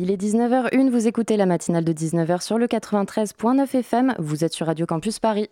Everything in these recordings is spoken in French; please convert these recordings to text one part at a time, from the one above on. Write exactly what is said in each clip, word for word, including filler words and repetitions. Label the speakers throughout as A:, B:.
A: Il est dix-neuf heures une, vous écoutez la matinale de dix-neuf heures sur le quatre-vingt-treize virgule neuf F M, vous êtes sur Radio Campus Paris.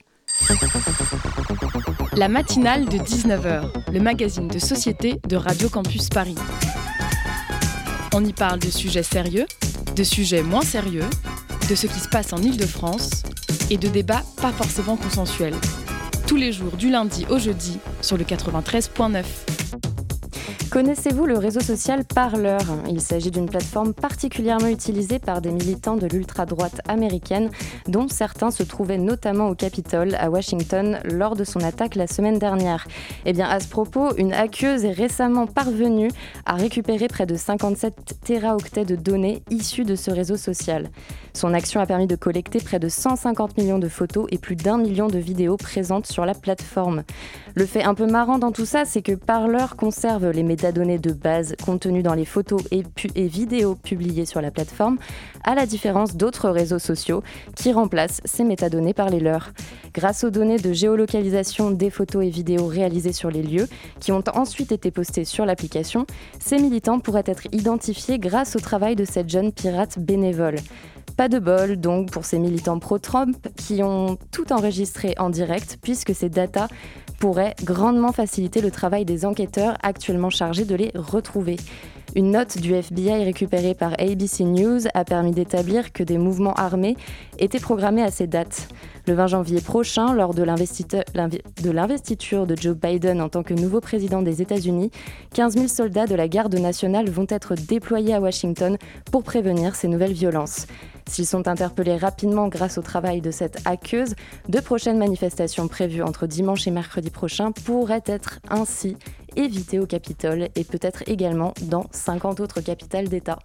B: La matinale de dix-neuf heures, le magazine de société de Radio Campus Paris. On y parle de sujets sérieux, de sujets moins sérieux, de ce qui se passe en Île-de-France et de débats pas forcément consensuels. Tous les jours du lundi au jeudi sur le quatre-vingt-treize virgule neuf.
A: Connaissez-vous le réseau social Parler ? Il s'agit d'une plateforme particulièrement utilisée par des militants de l'ultra-droite américaine, dont certains se trouvaient notamment au Capitole, à Washington, lors de son attaque la semaine dernière. Eh bien, à ce propos, une hackeuse est récemment parvenue à récupérer près de cinquante-sept téraoctets de données issues de ce réseau social. Son action a permis de collecter près de cent cinquante millions de photos et plus d'un million de vidéos présentes sur la plateforme. Le fait un peu marrant dans tout ça, c'est que Parler conserve les métadonnées de base contenues dans les photos et, pu- et vidéos publiées sur la plateforme, à la différence d'autres réseaux sociaux qui remplacent ces métadonnées par les leurs. Grâce aux données de géolocalisation des photos et vidéos réalisées sur les lieux, qui ont ensuite été postées sur l'application, ces militants pourraient être identifiés grâce au travail de cette jeune pirate bénévole. Pas de bol donc pour ces militants pro-Trump qui ont tout enregistré en direct, puisque ces datas pourrait grandement faciliter le travail des enquêteurs actuellement chargés de les retrouver. Une note du F B I récupérée par A B C News a permis d'établir que des mouvements armés étaient programmés à ces dates. Le vingt janvier prochain, lors de, l'investi- de l'investiture de Joe Biden en tant que nouveau président des États-Unis, quinze mille soldats de la garde nationale vont être déployés à Washington pour prévenir ces nouvelles violences. S'ils sont interpellés rapidement grâce au travail de cette hackeuse, deux prochaines manifestations prévues entre dimanche et mercredi prochain pourraient être ainsi évitées au Capitole et peut-être également dans cinquante autres capitales d'État.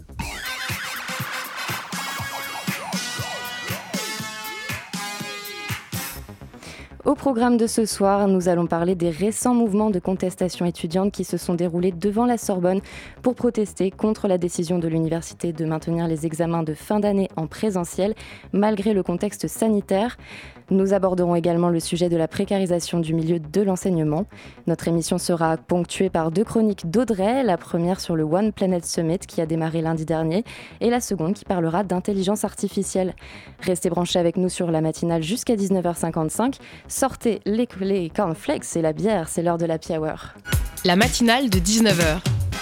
A: Au programme de ce soir, nous allons parler des récents mouvements de contestation étudiante qui se sont déroulés devant la Sorbonne pour protester contre la décision de l'université de maintenir les examens de fin d'année en présentiel malgré le contexte sanitaire. Nous aborderons également le sujet de la précarisation du milieu de l'enseignement. Notre émission sera ponctuée par deux chroniques d'Audrey, la première sur le One Planet Summit qui a démarré lundi dernier et la seconde qui parlera d'intelligence artificielle. Restez branchés avec nous sur la matinale jusqu'à dix-neuf heures cinquante-cinq. Sortez les, les cornflakes et la bière, c'est l'heure de l'happy hour.
B: La matinale de dix-neuf heures.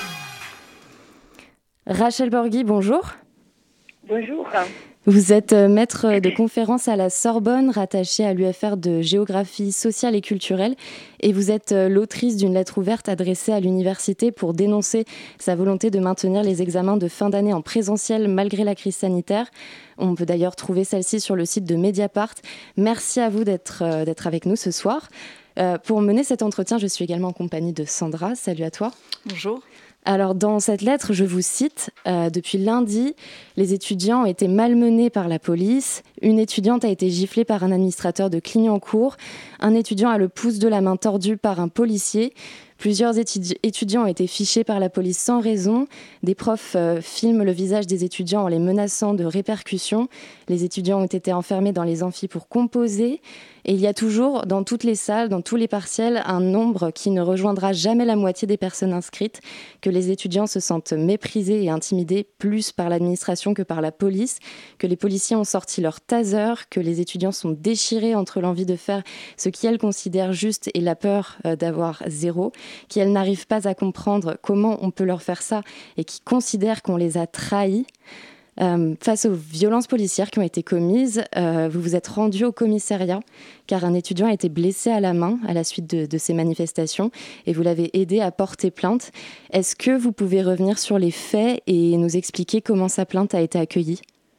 A: Rachel Borghi, bonjour.
C: Bonjour.
A: Vous êtes maître de conférence à la Sorbonne, rattachée à l'U F R de géographie sociale et culturelle, et vous êtes l'autrice d'une lettre ouverte adressée à l'université pour dénoncer sa volonté de maintenir les examens de fin d'année en présentiel malgré la crise sanitaire. On peut d'ailleurs trouver celle-ci sur le site de Mediapart. Merci à vous d'être, d'être avec nous ce soir. Euh, pour mener cet entretien, je suis également en compagnie de Sandra. Salut à toi.
D: Bonjour.
A: Alors, dans cette lettre, je vous cite, euh, depuis lundi, les étudiants ont été malmenés par la police. Une étudiante a été giflée par un administrateur de Clignancourt. Un étudiant a le pouce de la main tordu par un policier. Plusieurs étudi- étudiants ont été fichés par la police sans raison. Des profs euh, filment le visage des étudiants en les menaçant de répercussions. Les étudiants ont été enfermés dans les amphis pour composer. Et il y a toujours, dans toutes les salles, dans tous les partiels, un nombre qui ne rejoindra jamais la moitié des personnes inscrites, que les étudiants se sentent méprisés et intimidés plus par l'administration que par la police, que les policiers ont sorti leur taser, que les étudiants sont déchirés entre l'envie de faire ce qu'elles considèrent juste et la peur euh, d'avoir zéro, qu'elles n'arrivent pas à comprendre comment on peut leur faire ça et qui considèrent qu'on les a trahis. Euh, face aux violences policières qui ont été commises, euh, vous vous êtes rendu au commissariat car un étudiant a été blessé à la main à la suite de, de ces manifestations et vous l'avez aidé à porter plainte. Est-ce que vous pouvez revenir sur les faits et nous expliquer comment sa plainte a été accueillie ?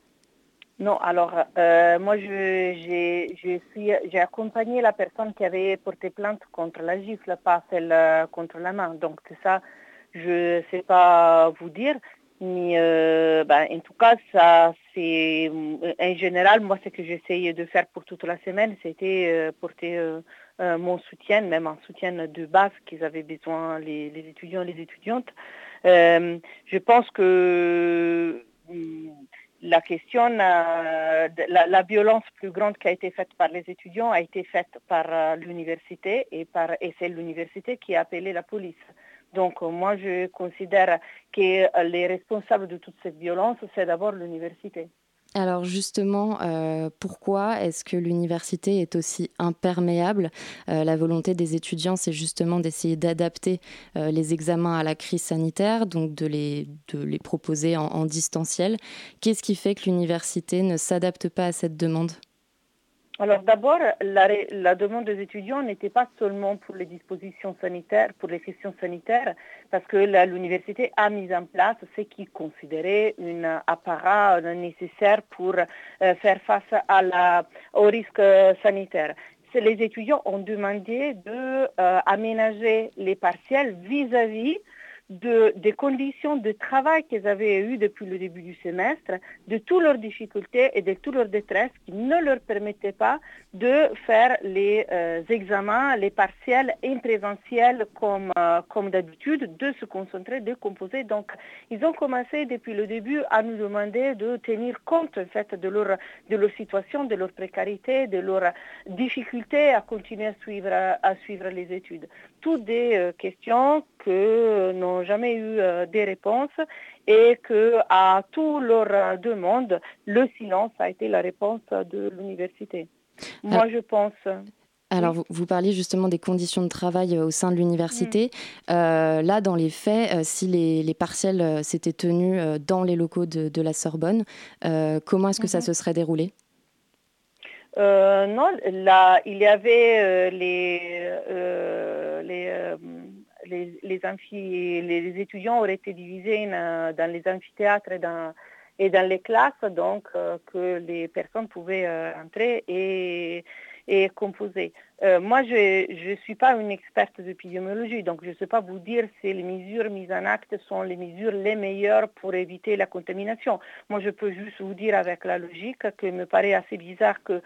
C: Non, alors euh, moi je, j'ai, je suis, j'ai accompagné la personne qui avait porté plainte contre la gifle, pas celle euh, contre la main. Donc ça, je ne sais pas vous dire. Mais euh, ben, en tout cas, ça, c'est, en général, moi, ce que j'essayais de faire pour toute la semaine, c'était euh, porter euh, euh, mon soutien, même un soutien de base qu'ils avaient besoin, les, les étudiants et les étudiantes. Euh, je pense que la question, euh, la, la violence plus grande qui a été faite par les étudiants a été faite par euh, l'université et, par, et c'est l'université qui a appelé la police. Donc euh, moi, je considère que euh, les responsables de toute cette violence, c'est d'abord l'université.
A: Alors justement, euh, pourquoi est-ce que l'université est aussi imperméable? Euh, La volonté des étudiants, c'est justement d'essayer d'adapter euh, les examens à la crise sanitaire, donc de les, de les proposer en, en distanciel. Qu'est-ce qui fait que l'université ne s'adapte pas à cette demande?
C: Alors d'abord, la, la demande des étudiants n'était pas seulement pour les dispositions sanitaires, pour les questions sanitaires, parce que la, l'université a mis en place ce qui considérait un appareil nécessaire pour euh, faire face à la, au risque sanitaire. C'est, les étudiants ont demandé d'aménager euh, les partiels vis-à-vis De, des conditions de travail qu'ils avaient eues depuis le début du semestre, de toutes leurs difficultés et de toute leur détresse qui ne leur permettaient pas de faire les euh, examens, les partiels en présentiel comme, euh, comme d'habitude, de se concentrer, de composer. Donc, ils ont commencé depuis le début à nous demander de tenir compte en fait, de, leur, de leur situation, de leur précarité, de leurs difficultés à continuer à suivre, à suivre les études. Toutes des euh, questions que n'ont jamais eu euh, des réponses et qu'à toutes leurs euh, demandes, le silence a été la réponse de l'université. Moi,
A: Alors,
C: je pense...
A: alors
C: Oui.
A: vous, vous parliez justement des conditions de travail euh, au sein de l'université. Mm. Euh, là, dans les faits, euh, si les, les partiels euh, s'étaient tenus euh, dans les locaux de, de la Sorbonne, euh, comment est-ce que mm-hmm. ça se serait déroulé?
C: euh, Non, là, il y avait euh, les... Euh, les euh, Les, les, amphi, les étudiants auraient été divisés in, dans les amphithéâtres et dans, et dans les classes, donc euh, que les personnes pouvaient euh, entrer et, et composer. Euh, moi, je ne suis pas une experte d'épidémiologie, donc je ne sais pas vous dire si les mesures mises en acte sont les mesures les meilleures pour éviter la contamination. Moi, je peux juste vous dire avec la logique qu'il me paraît assez bizarre qu'on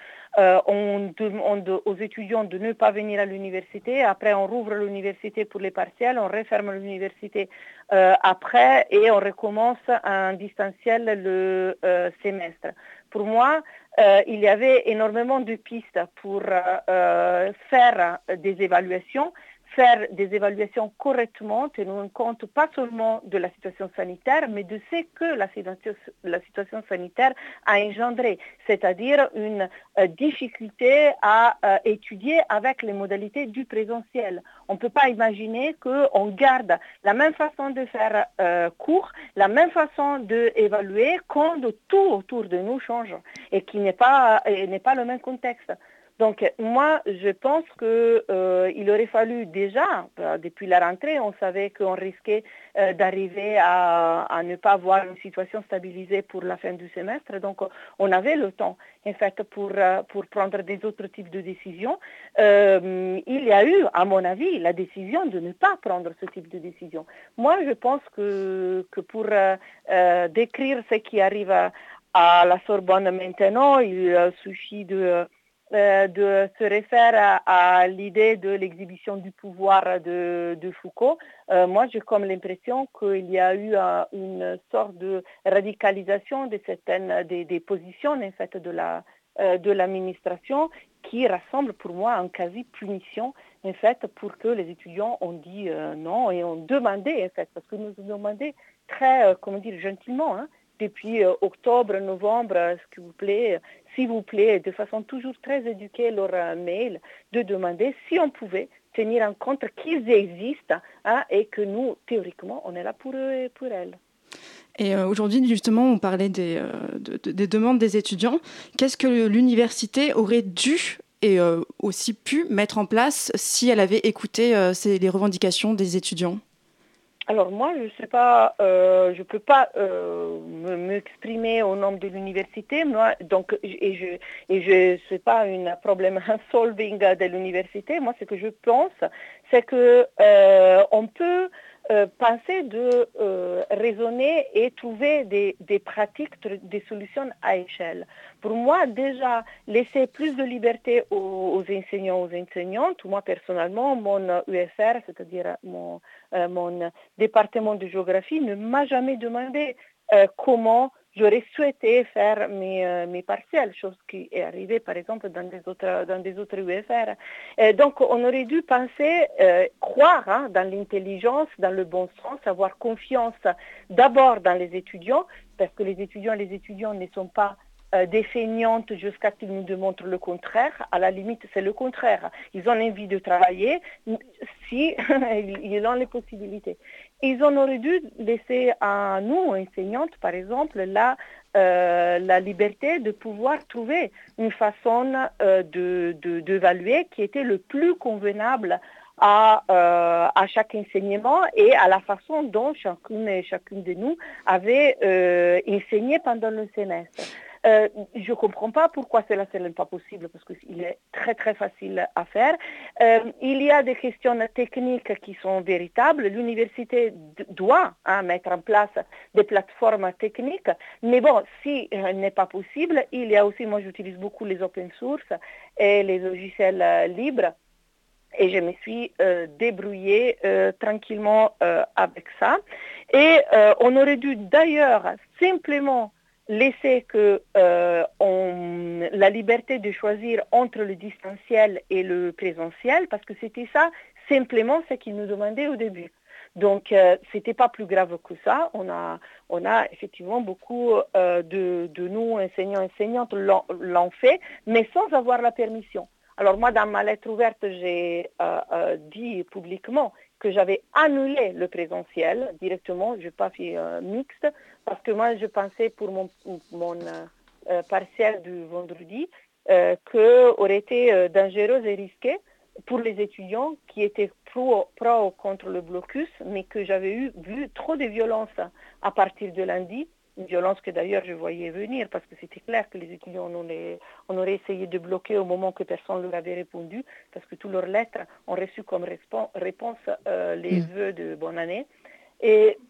C: euh, demande aux étudiants de ne pas venir à l'université, après on rouvre l'université pour les partiels, on referme l'université euh, après et on recommence en distanciel le euh, semestre. Pour moi, euh, il y avait énormément de pistes pour euh, faire des évaluations, faire des évaluations correctement, tenant compte pas seulement de la situation sanitaire, mais de ce que la situation, la situation sanitaire a engendré, c'est-à-dire une euh, difficulté à euh, étudier avec les modalités du présentiel. On ne peut pas imaginer qu'on garde la même façon de faire euh, cours, la même façon d'évaluer quand tout autour de nous change et qui n'est pas, n'est pas le même contexte. Donc moi, je pense qu'il euh, aurait fallu déjà, euh, depuis la rentrée, on savait qu'on risquait euh, d'arriver à, à ne pas avoir une situation stabilisée pour la fin du semestre. Donc on avait le temps, en fait, pour, euh, pour prendre des autres types de décisions. Euh, il y a eu, à mon avis, la décision de ne pas prendre ce type de décision. Moi, je pense que, que pour euh, euh, décrire ce qui arrive à, à la Sorbonne maintenant, il euh, suffit de... Euh, de se référer à, à l'idée de l'exhibition du pouvoir de, de Foucault. Euh, moi, j'ai comme l'impression qu'il y a eu euh, une sorte de radicalisation de certaines des, des positions en fait de la euh, de l'administration qui rassemble pour moi en quasi punition en fait pour que les étudiants ont dit euh, non et ont demandé en fait parce que nous ont demandé très euh, comment dire gentiment hein, depuis euh, octobre, novembre, s'il vous plaît, s'il vous plaît, de façon toujours très éduquée, leur euh, mail, de demander si on pouvait tenir en compte qu'ils existent hein, et que nous, théoriquement, on est là pour eux et pour elles.
B: Et euh, aujourd'hui, justement, on parlait des, euh, de, de, des demandes des étudiants. Qu'est-ce que l'université aurait dû et euh, aussi pu mettre en place si elle avait écouté euh, ces, les revendications des étudiants ?
C: Alors moi, je sais pas, euh, je peux pas euh, m'exprimer au nom de l'université, moi, donc et je et je sais pas une problème solving de l'université. Moi, ce que je pense, c'est que euh, on peut euh, penser de euh, raisonner et trouver des, des pratiques, des solutions à échelle. Pour moi, déjà, laisser plus de liberté aux, aux enseignants, aux enseignantes. Moi, personnellement, mon U F R, c'est-à-dire mon, euh, mon département de géographie, ne m'a jamais demandé euh, comment j'aurais souhaité faire mes, euh, mes partiels, chose qui est arrivée par exemple dans des autres, dans des autres U F R. Et donc on aurait dû penser, euh, croire hein, dans l'intelligence, dans le bon sens, avoir confiance d'abord dans les étudiants, parce que les étudiants les étudiants ne sont pas euh, des feignantes jusqu'à ce qu'ils nous démontrent le contraire. À la limite, c'est le contraire. Ils ont envie de travailler si ils ont les possibilités. Ils en auraient dû laisser à nous, enseignantes, par exemple, la, euh, la liberté de pouvoir trouver une façon euh, de, de, d'évaluer qui était le plus convenable à, euh, à chaque enseignement et à la façon dont chacune et chacune de nous avait euh, enseigné pendant le semestre. Euh, je ne comprends pas pourquoi cela n'est pas possible, parce qu'il est très très facile à faire. Euh, il y a des questions techniques qui sont véritables. L'université d- doit hein, mettre en place des plateformes techniques, mais bon, si euh, n'est pas possible, il y a aussi, moi j'utilise beaucoup les open source et les logiciels euh, libres. Et je me suis euh, débrouillée euh, tranquillement euh, avec ça. Et euh, on aurait dû d'ailleurs simplement laisser que euh, on, la liberté de choisir entre le distanciel et le présentiel, parce que c'était ça simplement ce qu'ils nous demandaient au début. Donc, euh, ce n'était pas plus grave que ça. On a, on a effectivement beaucoup euh, de, de nous, enseignants, enseignantes, l'ont, l'ont fait, mais sans avoir la permission. Alors moi, dans ma lettre ouverte, j'ai euh, euh, dit publiquement que j'avais annulé le présentiel directement, je n'ai pas fait euh, mixte, parce que moi, je pensais pour mon, mon euh, partiel du vendredi euh, qu'aurait été euh, dangereux et risqué pour les étudiants qui étaient pro, pro ou contre le blocus, mais que j'avais eu, vu trop de violence à partir de lundi. Une violence que d'ailleurs je voyais venir parce que c'était clair que les étudiants, on, les, on aurait essayé de bloquer au moment que personne ne leur avait répondu parce que toutes leurs lettres ont reçu comme réponse, réponse euh, les vœux de bonne année. Et,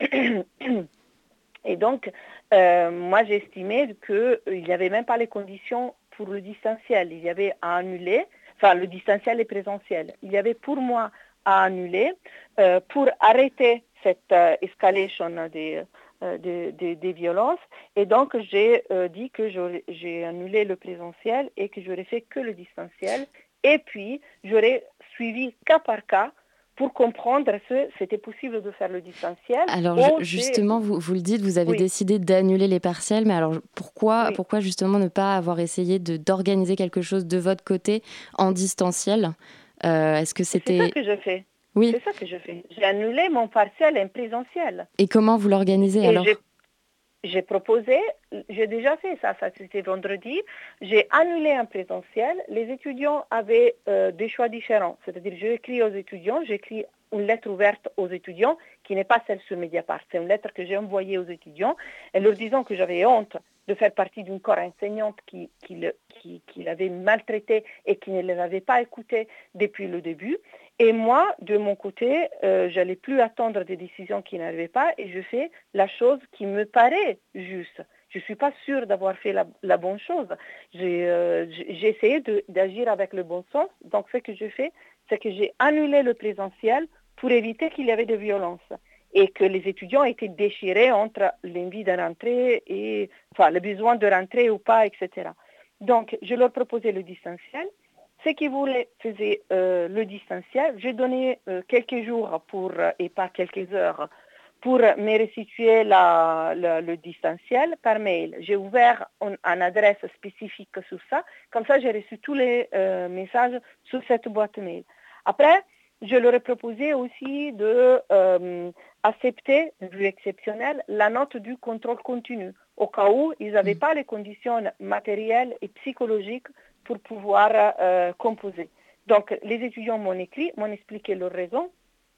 C: et donc, euh, moi j'ai estimé qu'il n'y avait même pas les conditions pour le distanciel. Il y avait à annuler, enfin le distanciel et présentiel. Il y avait pour moi à annuler euh, pour arrêter cette euh, escalation des... Des, des, des violences. Et donc, j'ai euh, dit que j'ai annulé le présentiel et que j'aurais fait que le distanciel. Et puis, j'aurais suivi cas par cas pour comprendre si c'était possible de faire le distanciel.
A: Alors, justement, vous, vous le dites, vous avez oui. décidé d'annuler les partiels, mais alors pourquoi, oui. pourquoi justement ne pas avoir essayé de, d'organiser quelque chose de votre côté en distanciel euh, Est-ce que c'était...
C: C'est ça que je fais.
A: Oui.
C: C'est ça que je fais. J'ai annulé mon partiel en présentiel.
A: Et comment vous l'organisez alors ?
C: j'ai, j'ai proposé, j'ai déjà fait ça, ça c'était vendredi, j'ai annulé en présentiel. Les étudiants avaient euh, des choix différents. C'est-à-dire, j'ai écrit aux étudiants, j'ai écrit une lettre ouverte aux étudiants, qui n'est pas celle sur Mediapart. C'est une lettre que j'ai envoyée aux étudiants, en leur disant que j'avais honte de faire partie d'une corps enseignante qui, qui, le, qui, qui l'avait maltraité et qui ne les avait pas écoutés depuis le début. Et moi, de mon côté, euh, je n'allais plus attendre des décisions qui n'arrivaient pas et je fais la chose qui me paraît juste. Je ne suis pas sûre d'avoir fait la, la bonne chose. J'ai, euh, j'ai essayé de, d'agir avec le bon sens. Donc, ce que je fais, c'est que j'ai annulé le présentiel pour éviter qu'il y avait de violence et que les étudiants étaient déchirés entre l'envie de rentrer et, enfin, le besoin de rentrer ou pas, et cetera. Donc, je leur proposais le distanciel. Ceux qui voulaient faisaient euh, le distanciel. J'ai donné euh, quelques jours pour, euh, et pas quelques heures pour me restituer la, la, le distanciel par mail. J'ai ouvert une, une adresse spécifique sur ça. Comme ça, j'ai reçu tous les euh, messages sur cette boîte mail. Après, je leur ai proposé aussi de euh, accepter, vu exceptionnel, la note du contrôle continu, au cas où ils n'avaient pas les conditions matérielles et psychologiques pour pouvoir euh, composer. Donc, les étudiants m'ont écrit, m'ont expliqué leurs raisons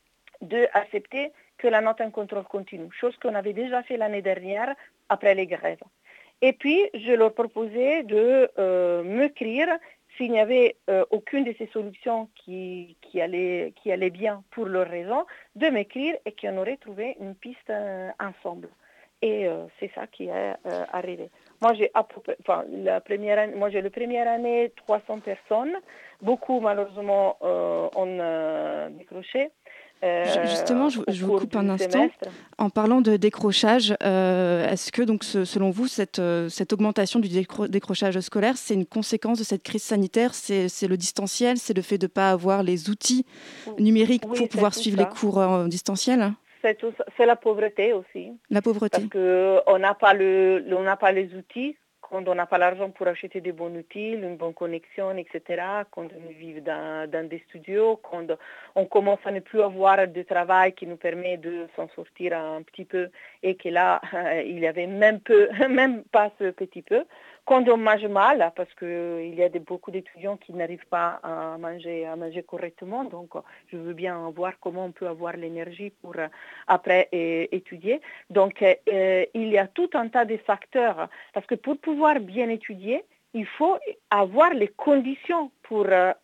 C: d'accepter que la note en contrôle continu, chose qu'on avait déjà fait l'année dernière après les grèves. Et puis, je leur proposais de euh, m'écrire s'il n'y avait euh, aucune de ces solutions qui, qui, allait, qui allait bien pour leurs raisons, de m'écrire et qu'on aurait trouvé une piste euh, ensemble. Et euh, c'est ça qui est euh, arrivé. Moi, j'ai, enfin, la première année, moi, j'ai la première année trois cents personnes. Beaucoup, malheureusement, euh, ont euh, décroché. Euh,
D: Justement, je, je vous coupe un instant. Semestre. En parlant de décrochage, euh, est-ce que, donc, ce, selon vous, cette, euh, cette augmentation du décro- décrochage scolaire, c'est une conséquence de cette crise sanitaire ? C'est, c'est le distanciel ? C'est le fait de ne pas avoir les outils numériques
C: oui,
D: pour pouvoir suivre
C: ça.
D: les cours en distanciel ?
C: C'est, tout ça. C'est la pauvreté aussi.
D: La pauvreté.
C: Parce qu'on n'a pas, le, on n'a pas les outils. Quand on n'a pas l'argent pour acheter des bons outils, une bonne connexion, et cetera, quand on vit dans, dans des studios, quand on commence à ne plus avoir de travail qui nous permet de s'en sortir un petit peu et que là, euh, il n'y avait même, peu, même pas ce petit peu. Quand on mange mal, parce qu'il y a des, beaucoup d'étudiants qui n'arrivent pas à manger, à manger correctement, donc je veux bien voir comment on peut avoir l'énergie pour euh, après euh, étudier. Donc euh, il y a tout un tas de facteurs, parce que pour pouvoir bien étudier, il faut avoir les conditions pour,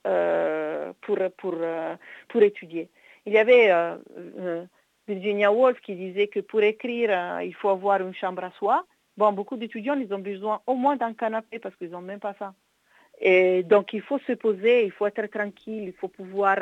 C: euh, pour, pour, euh, pour étudier. Il y avait euh, euh, Virginia Woolf qui disait que pour écrire, euh, il faut avoir une chambre à soi. Bon, beaucoup d'étudiants, ils ont besoin au moins d'un canapé parce qu'ils n'ont même pas ça. Et donc, il faut se poser, il faut être tranquille, il faut pouvoir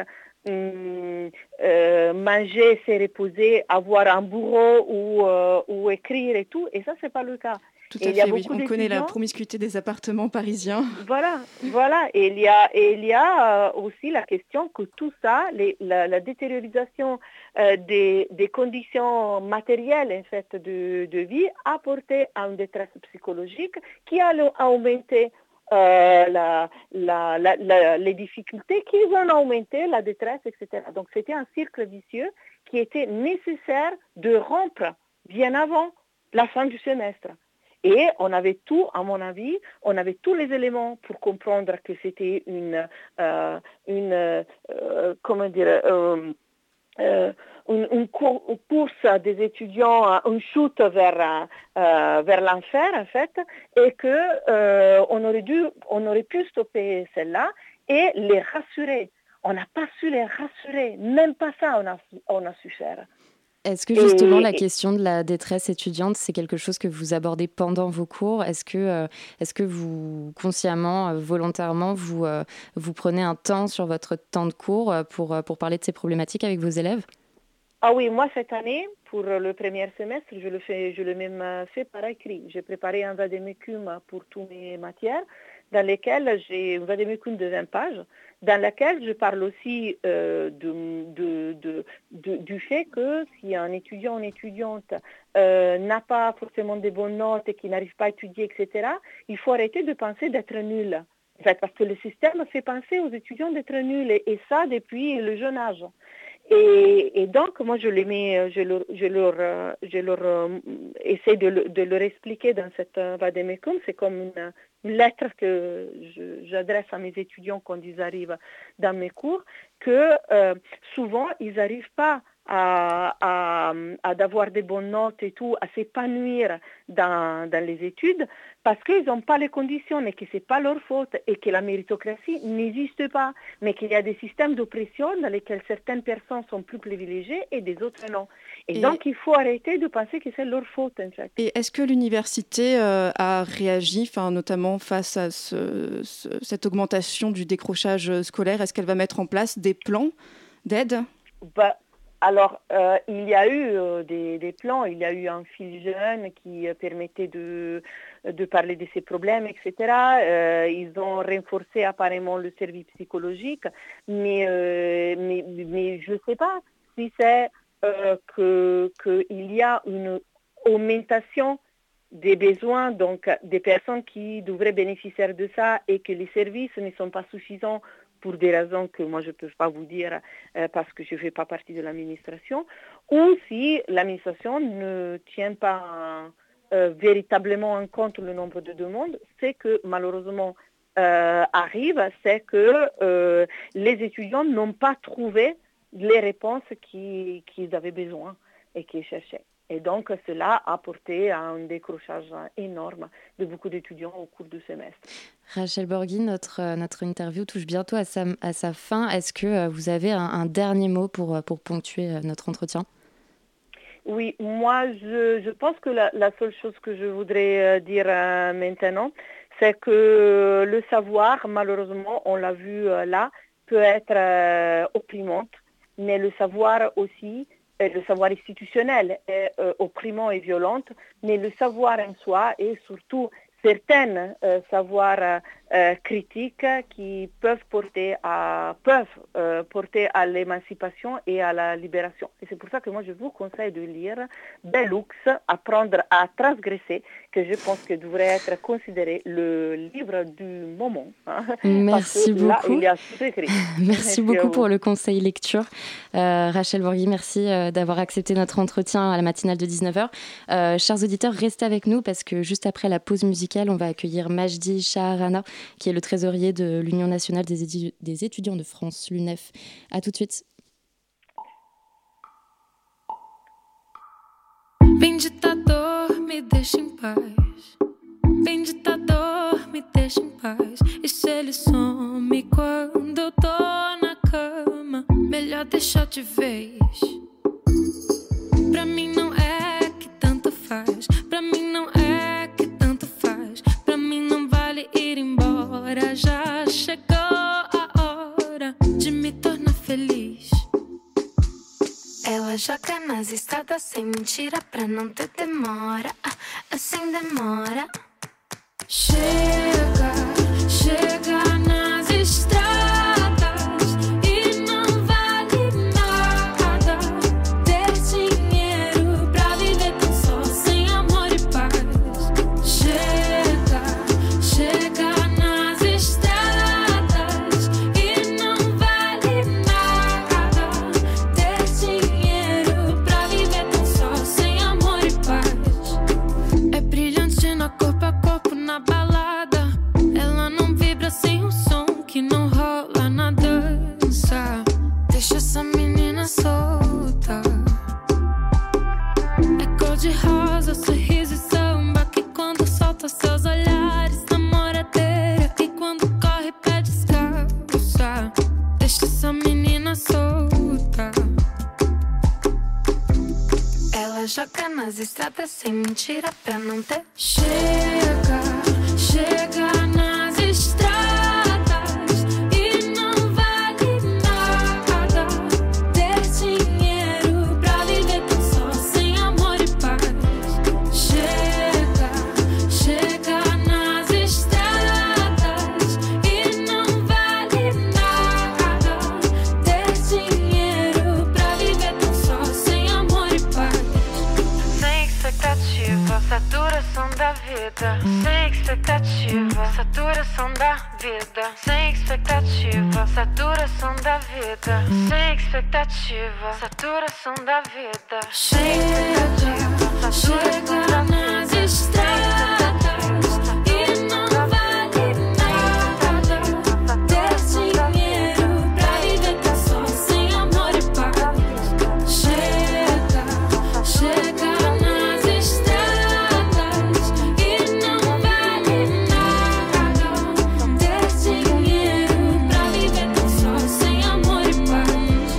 C: hum, euh, manger, se reposer, avoir un bureau où, euh, où écrire et tout. Et ça, ce n'est pas le cas.
D: Tout à
C: et
D: fait, oui. On connaît la promiscuité des appartements parisiens.
C: Voilà, voilà. Et il y a, et il y a euh, aussi la question que tout ça, les, la, la détériorisation euh, des, des conditions matérielles en fait, de, de vie a porté à une détresse psychologique qui a augmenté euh, la, la, la, la, les difficultés, qui ont augmenté la détresse, et cetera. Donc c'était un cercle vicieux qui était nécessaire de rompre bien avant la fin du semestre. Et on avait tout, à mon avis, on avait tous les éléments pour comprendre que c'était une, euh, une euh, comment dire, euh, euh, une, une, cour- une course des étudiants, une chute vers, euh, vers l'enfer, en fait, et qu'on euh, aurait dû, on aurait pu stopper celle-là et les rassurer. On n'a pas su les rassurer, même pas ça on a, on a su faire.
A: Est-ce que justement et, la question de la détresse étudiante, c'est quelque chose que vous abordez pendant vos cours ? Est-ce que, euh, est-ce que vous, consciemment, euh, volontairement, vous, euh, vous prenez un temps sur votre temps de cours pour, pour parler de ces problématiques avec vos élèves ?
C: Ah oui, moi cette année, pour le premier semestre, je le fais, je l'ai même fait par écrit. J'ai préparé un vademecum pour toutes mes matières, dans lesquelles j'ai un vademecum de vingt pages, dans laquelle je parle aussi euh, de, de, de, de, du fait que si un étudiant ou une étudiante euh, n'a pas forcément de bonnes notes et qui n'arrive pas à étudier, et cetera, il faut arrêter de penser d'être nul. En fait, parce que le système fait penser aux étudiants d'être nuls, et, et ça depuis le jeune âge. Et, et donc, moi, je les mets, je leur, je leur, je leur euh, essaie de, le, de leur expliquer dans cette euh, vademecum. C'est comme une, une lettre que je, j'adresse à mes étudiants quand ils arrivent dans mes cours, que euh, souvent, ils n'arrivent pas à, à, à d'avoir des bonnes notes et tout, à s'épanouir dans, dans les études, parce qu'ils n'ont pas les conditions et que ce n'est pas leur faute et que la méritocratie n'existe pas, mais qu'il y a des systèmes d'oppression dans lesquels certaines personnes sont plus privilégiées et des autres non. Et, et donc, il faut arrêter de penser que c'est leur faute, en fait.
D: Et est-ce que l'université euh, a réagi, notamment face à ce, ce, cette augmentation du décrochage scolaire ? Est-ce qu'elle va mettre en place des plans d'aide ?
C: bah, Alors, euh, il y a eu euh, des, des plans, il y a eu un fil jeune qui euh, permettait de, de parler de ces problèmes, et cetera. Euh, ils ont renforcé apparemment le service psychologique, mais, euh, mais, mais je ne sais pas si c'est euh, que, qu'il y a une augmentation des besoins, donc des personnes qui devraient bénéficier de ça et que les services ne sont pas suffisants pour des raisons que moi je ne peux pas vous dire euh, parce que je ne fais pas partie de l'administration, ou si l'administration ne tient pas euh, véritablement en compte le nombre de demandes, c'est que malheureusement euh, arrive, c'est que euh, les étudiants n'ont pas trouvé les réponses qui, qu'ils avaient besoin et qu'ils cherchaient. Et donc, cela a porté à un décrochage énorme de beaucoup d'étudiants au cours du semestre.
A: Rachel Borghi, notre, notre interview touche bientôt à sa, à sa fin. Est-ce que vous avez un, un dernier mot pour, pour ponctuer notre entretien ?
C: Oui, moi, je, je pense que la, la seule chose que je voudrais dire euh, maintenant, c'est que le savoir, malheureusement, on l'a vu euh, là, peut être euh, opprimante. mais le savoir aussi, euh, le savoir institutionnel est euh, opprimant et violent, mais le savoir en soi et surtout certains euh, savoirs euh, critiques qui peuvent porter à, peuvent, euh, porter à l'émancipation et à la libération. Et c'est pour ça que moi je vous conseille de lire Bellux, Apprendre à transgresser, que je pense que devrait être considéré le livre du moment. Hein,
A: merci beaucoup. Là,
C: il y a tout écrit.
A: merci, merci beaucoup pour le conseil lecture. Euh, Rachel Bourgui, merci euh, d'avoir accepté notre entretien à la matinale de dix-neuf heures. Euh, chers auditeurs, restez avec nous parce que juste après la pause musicale, on va accueillir Majdi Shaharana, qui est le trésorier de l'Union nationale des, étu- des étudiants de France, l'U N E F. À tout de suite.
E: Vem ditador, me deixa em paz. Vem ditador, me deixa em paz. E se ele some quando eu tô na cama, melhor deixar de vez. Pra mim não é que tanto faz. Pra mim não é que tanto faz. Pra mim não vale ir embora. Já chegou a hora de me tornar feliz. Ela joga nas estradas sem mentira pra não ter demora, assim demora. Chega, chega nas estradas e não vale nada ter dinheiro pra viver tão só sem amor e paz. Chega, chega nas estradas e não vale nada ter dinheiro pra viver tão só sem amor e paz. É brilhante na corpo a corpo na balada. Ela não vibra sem o som que não rola na dança. Deixa essa menina solta. É cor de rosa, sorriso e samba que quando solta seus olhares namoradeira e quando corre pé descalça. Deixa essa menina solta. Ela joga nas estradas sem mentira pra não ter. Chega, chega nas estradas e não vale nada ter dinheiro pra viver tão só sem amor e paz. Chega, chega nas estradas e não vale nada ter dinheiro pra viver tão só sem amor e paz. Sem expectativa, saturação da vida. Sem expectativa, saturação da vida. Sem expectativa, saturação da vida. Sem expectativa, saturação da vida. Chega, chega nas estradas e não vale nada ter dinheiro pra viver tão só sem amor e paz. Chega, chega nas estradas e não vale nada ter dinheiro pra viver tão só sem amor e paz.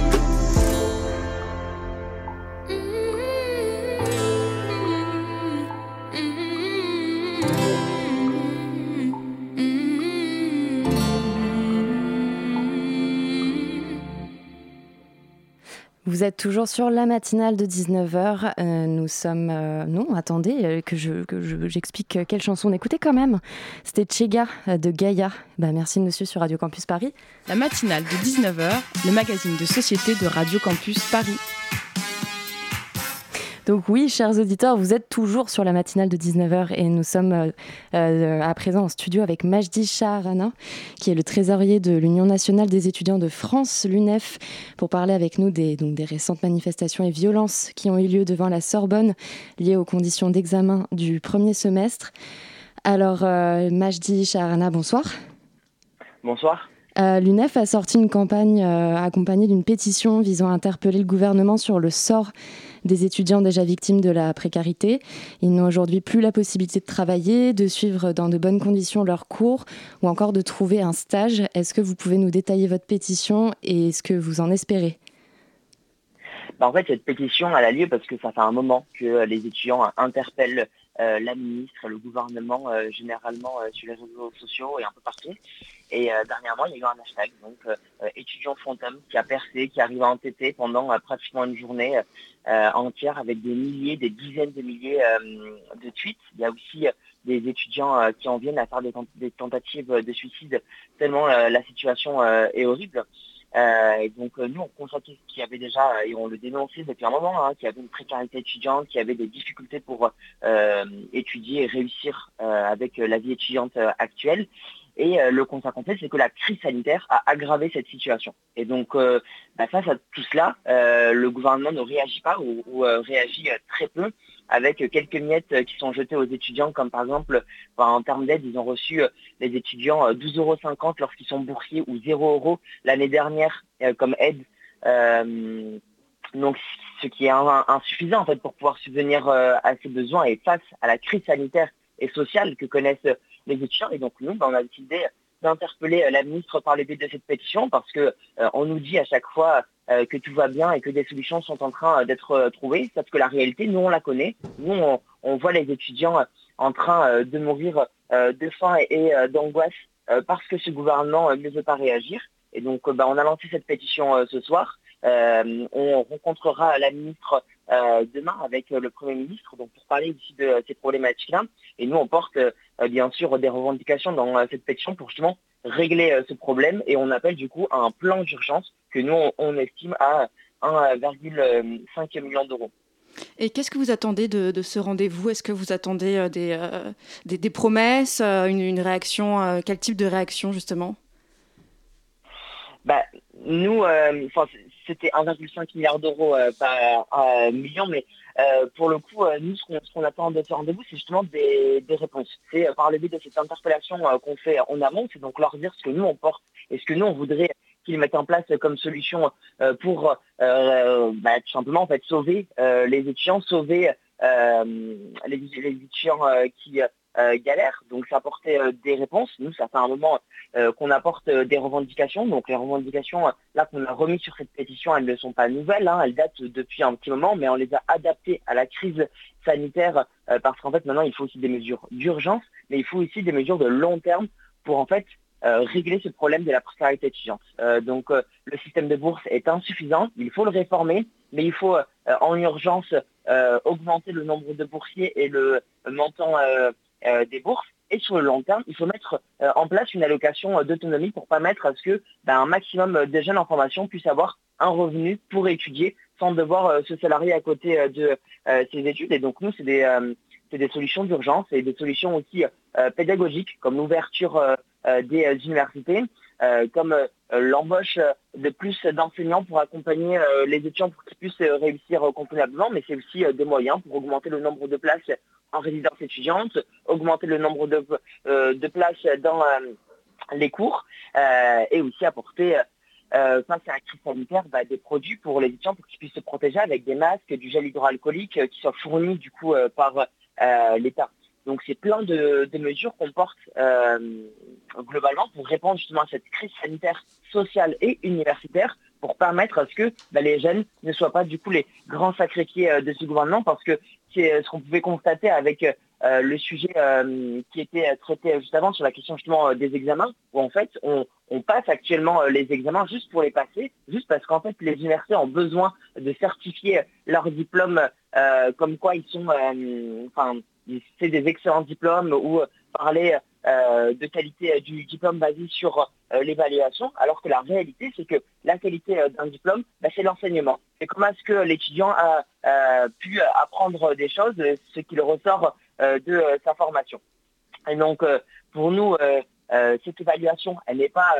A: Vous êtes toujours sur la matinale de dix-neuf heures. Euh, nous sommes... Euh, non, attendez, euh, que, je, que je, j'explique quelle chanson on écoutait quand même. C'était Chega de Gaïa. Bah, merci de nous suivre sur Radio Campus Paris.
B: La matinale de dix-neuf heures, le magazine de société de Radio Campus Paris.
A: Donc oui, chers auditeurs, vous êtes toujours sur la matinale de dix-neuf heures et nous sommes euh, euh, à présent en studio avec Majdi Shaharana, qui est le trésorier de l'Union nationale des étudiants de France, l'U N E F, pour parler avec nous des, donc, des récentes manifestations et violences qui ont eu lieu devant la Sorbonne, liées aux conditions d'examen du premier semestre. Alors, euh, Majdi Shaharana, bonsoir.
F: Bonsoir.
A: Euh, L'U N E F a sorti une campagne euh, accompagnée d'une pétition visant à interpeller le gouvernement sur le sort des étudiants déjà victimes de la précarité. Ils n'ont aujourd'hui plus la possibilité de travailler, de suivre dans de bonnes conditions leurs cours ou encore de trouver un stage. Est-ce que vous pouvez nous détailler votre pétition et ce que vous en espérez ?
F: Bah en fait, cette pétition, elle a lieu parce que ça fait un moment que les étudiants interpellent euh, la ministre, le gouvernement euh, généralement euh, sur les réseaux sociaux et un peu partout. Et euh, dernièrement, il y a eu un hashtag, donc euh, étudiant fantôme, qui a percé, qui arrive à entêter pendant euh, pratiquement une journée euh, entière avec des milliers, des dizaines de milliers euh, de tweets. Il y a aussi euh, des étudiants euh, qui en viennent à faire des, tent- des tentatives de suicide tellement euh, la situation euh, est horrible. Euh, et donc euh, nous on constatait qu'il y avait déjà, euh, et on le dénonçait depuis un moment, hein, qu'il y avait une précarité étudiante, qu'il y avait des difficultés pour euh, étudier et réussir euh, avec la vie étudiante euh, actuelle. Et euh, le constat qu'on fait, c'est que la crise sanitaire a aggravé cette situation. Et donc, euh, bah, face à tout cela, euh, le gouvernement ne réagit pas ou, ou euh, réagit euh, très peu, avec euh, quelques miettes euh, qui sont jetées aux étudiants, comme par exemple, bah, en termes d'aide, ils ont reçu, euh, les étudiants, euh, douze euros cinquante lorsqu'ils sont boursiers ou zéro euros l'année dernière euh, comme aide. Euh, donc, ce qui est un, insuffisant en fait pour pouvoir subvenir euh, à ces besoins et face à la crise sanitaire et sociale que connaissent les étudiants. Et donc nous, ben, on a décidé d'interpeller la ministre par le biais de cette pétition parce que euh, on nous dit à chaque fois euh, que tout va bien et que des solutions sont en train euh, d'être euh, trouvées, sauf que la réalité, nous on la connaît. Nous on, on voit les étudiants euh, en train euh, de mourir euh, de faim et, et euh, d'angoisse euh, parce que ce gouvernement euh, ne veut pas réagir. Et donc euh, ben, on a lancé cette pétition euh, ce soir. Euh, on rencontrera la ministre euh, demain avec euh, le Premier ministre donc pour parler aussi de euh, ces problématiques-là. Et nous, on porte euh, bien sûr des revendications dans euh, cette pétition pour justement régler euh, ce problème. Et on appelle du coup à un plan d'urgence que nous, on, on estime à un virgule cinq million d'euros.
D: Et qu'est-ce que vous attendez de, de ce rendez-vous ? Est-ce que vous attendez euh, des, euh, des, des promesses, euh, une, une réaction euh, Quel type de réaction justement ?
F: Bah, nous, euh, c'était un virgule cinq milliard d'euros euh, par euh, million, mais euh, pour le coup, euh, nous, ce qu'on, ce qu'on attend de ce rendez-vous, c'est justement des, des réponses. C'est euh, par le biais de cette interpellation euh, qu'on fait en amont, c'est donc leur dire ce que nous, on porte et ce que nous, on voudrait qu'ils mettent en place comme solution euh, pour euh, bah, tout simplement en fait, sauver euh, les étudiants, sauver euh, les, les étudiants euh, qui... Euh, galère, donc ça apportait euh, des réponses. Nous, ça fait un moment euh, qu'on apporte euh, des revendications. Donc les revendications, euh, là, qu'on a remis sur cette pétition, elles ne sont pas nouvelles, hein, elles datent depuis un petit moment, mais on les a adaptées à la crise sanitaire euh, parce qu'en fait, maintenant, il faut aussi des mesures d'urgence, mais il faut aussi des mesures de long terme pour en fait euh, régler ce problème de la précarité étudiante. Euh, donc euh, le système de bourse est insuffisant, il faut le réformer, mais il faut euh, en urgence euh, augmenter le nombre de boursiers et le, le montant euh, Euh, des bourses, et sur le long terme, il faut mettre euh, en place une allocation euh, d'autonomie pour permettre à ce que ben, un maximum de jeunes en formation puissent avoir un revenu pour étudier sans devoir euh, se salarier à côté euh, de euh, ses études. Et donc nous, c'est des, euh, c'est des solutions d'urgence et des solutions aussi euh, pédagogiques comme l'ouverture euh, euh, des euh, universités, euh, comme euh, l'embauche de plus d'enseignants pour accompagner euh, les étudiants pour qu'ils puissent euh, réussir euh, convenablement, mais c'est aussi euh, des moyens pour augmenter le nombre de places en résidence étudiante, augmenter le nombre de, euh, de places dans euh, les cours euh, et aussi apporter euh, face à la crise sanitaire bah, des produits pour les étudiants pour qu'ils puissent se protéger avec des masques, du gel hydroalcoolique euh, qui soient fournis du coup euh, par euh, l'État. Donc c'est plein de, de mesures qu'on porte euh, globalement pour répondre justement à cette crise sanitaire, sociale et universitaire pour permettre à ce que bah, les jeunes ne soient pas du coup les grands sacrifiés euh, de ce gouvernement parce que c'est ce qu'on pouvait constater avec euh, le sujet euh, qui était traité juste avant sur la question justement euh, des examens où en fait on, on passe actuellement euh, les examens juste pour les passer, juste parce qu'en fait les universités ont besoin de certifier leurs diplômes euh, comme quoi ils sont, euh, enfin c'est des excellents diplômes ou euh, parler euh, de qualité euh, du diplôme basé sur euh, l'évaluation, alors que la réalité c'est que la qualité euh, d'un diplôme, bah, c'est l'enseignement. C'est comment est-ce que l'étudiant a euh, pu apprendre des choses, ce qu'il ressort euh, de euh, sa formation. Et donc euh, pour nous, euh, euh, cette évaluation, elle n'est pas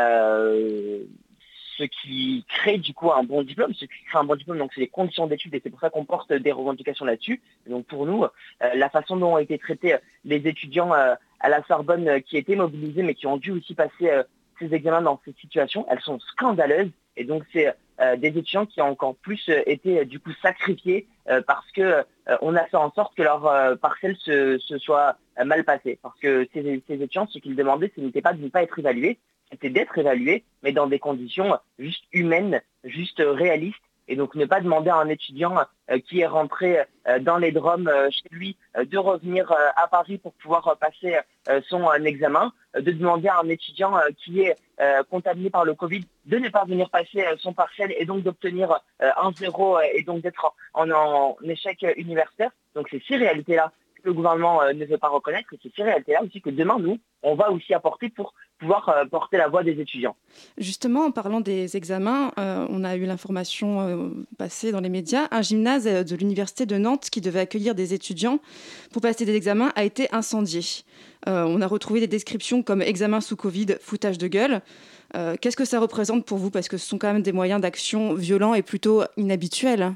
F: euh, ce qui crée du coup un bon diplôme, ce qui crée un bon diplôme, donc c'est les conditions d'études et c'est pour ça qu'on porte des revendications là-dessus. Et donc pour nous, euh, la façon dont ont été traités les étudiants euh, à la Sorbonne euh, qui étaient mobilisés mais qui ont dû aussi passer euh, ces examens dans cette situation, elles sont scandaleuses et donc c'est euh, des étudiants qui ont encore plus euh, été euh, du coup sacrifiés euh, parce que euh, on a fait en sorte que leur euh, parcelle se, se soit euh, mal passée. Parce que ces, ces étudiants, ce qu'ils demandaient, ce n'était pas de ne pas être évalués, c'était d'être évalués, mais dans des conditions juste humaines, juste réalistes Et donc ne pas demander à un étudiant euh, qui est rentré euh, dans les D R O M euh, chez lui euh, de revenir euh, à Paris pour pouvoir euh, passer euh, son euh, examen, euh, de demander à un étudiant euh, qui est euh, contaminé par le Covid de ne pas venir passer euh, son partiel et donc d'obtenir euh, un zéro euh, et donc d'être en, en, en échec euh, universitaire. Donc c'est ces réalités-là que le gouvernement euh, ne veut pas reconnaître et c'est ces réalités-là aussi que demain, nous, on va aussi apporter pour pouvoir euh, porter la voix des étudiants.
D: Justement, en parlant des examens, euh, on a eu l'information euh, passée dans les médias. Un gymnase de l'université de Nantes qui devait accueillir des étudiants pour passer des examens a été incendié. Euh, on a retrouvé des descriptions comme examen sous Covid, foutage de gueule. Euh, qu'est-ce que ça représente pour vous? Parce que ce sont quand même des moyens d'action violents et plutôt inhabituels.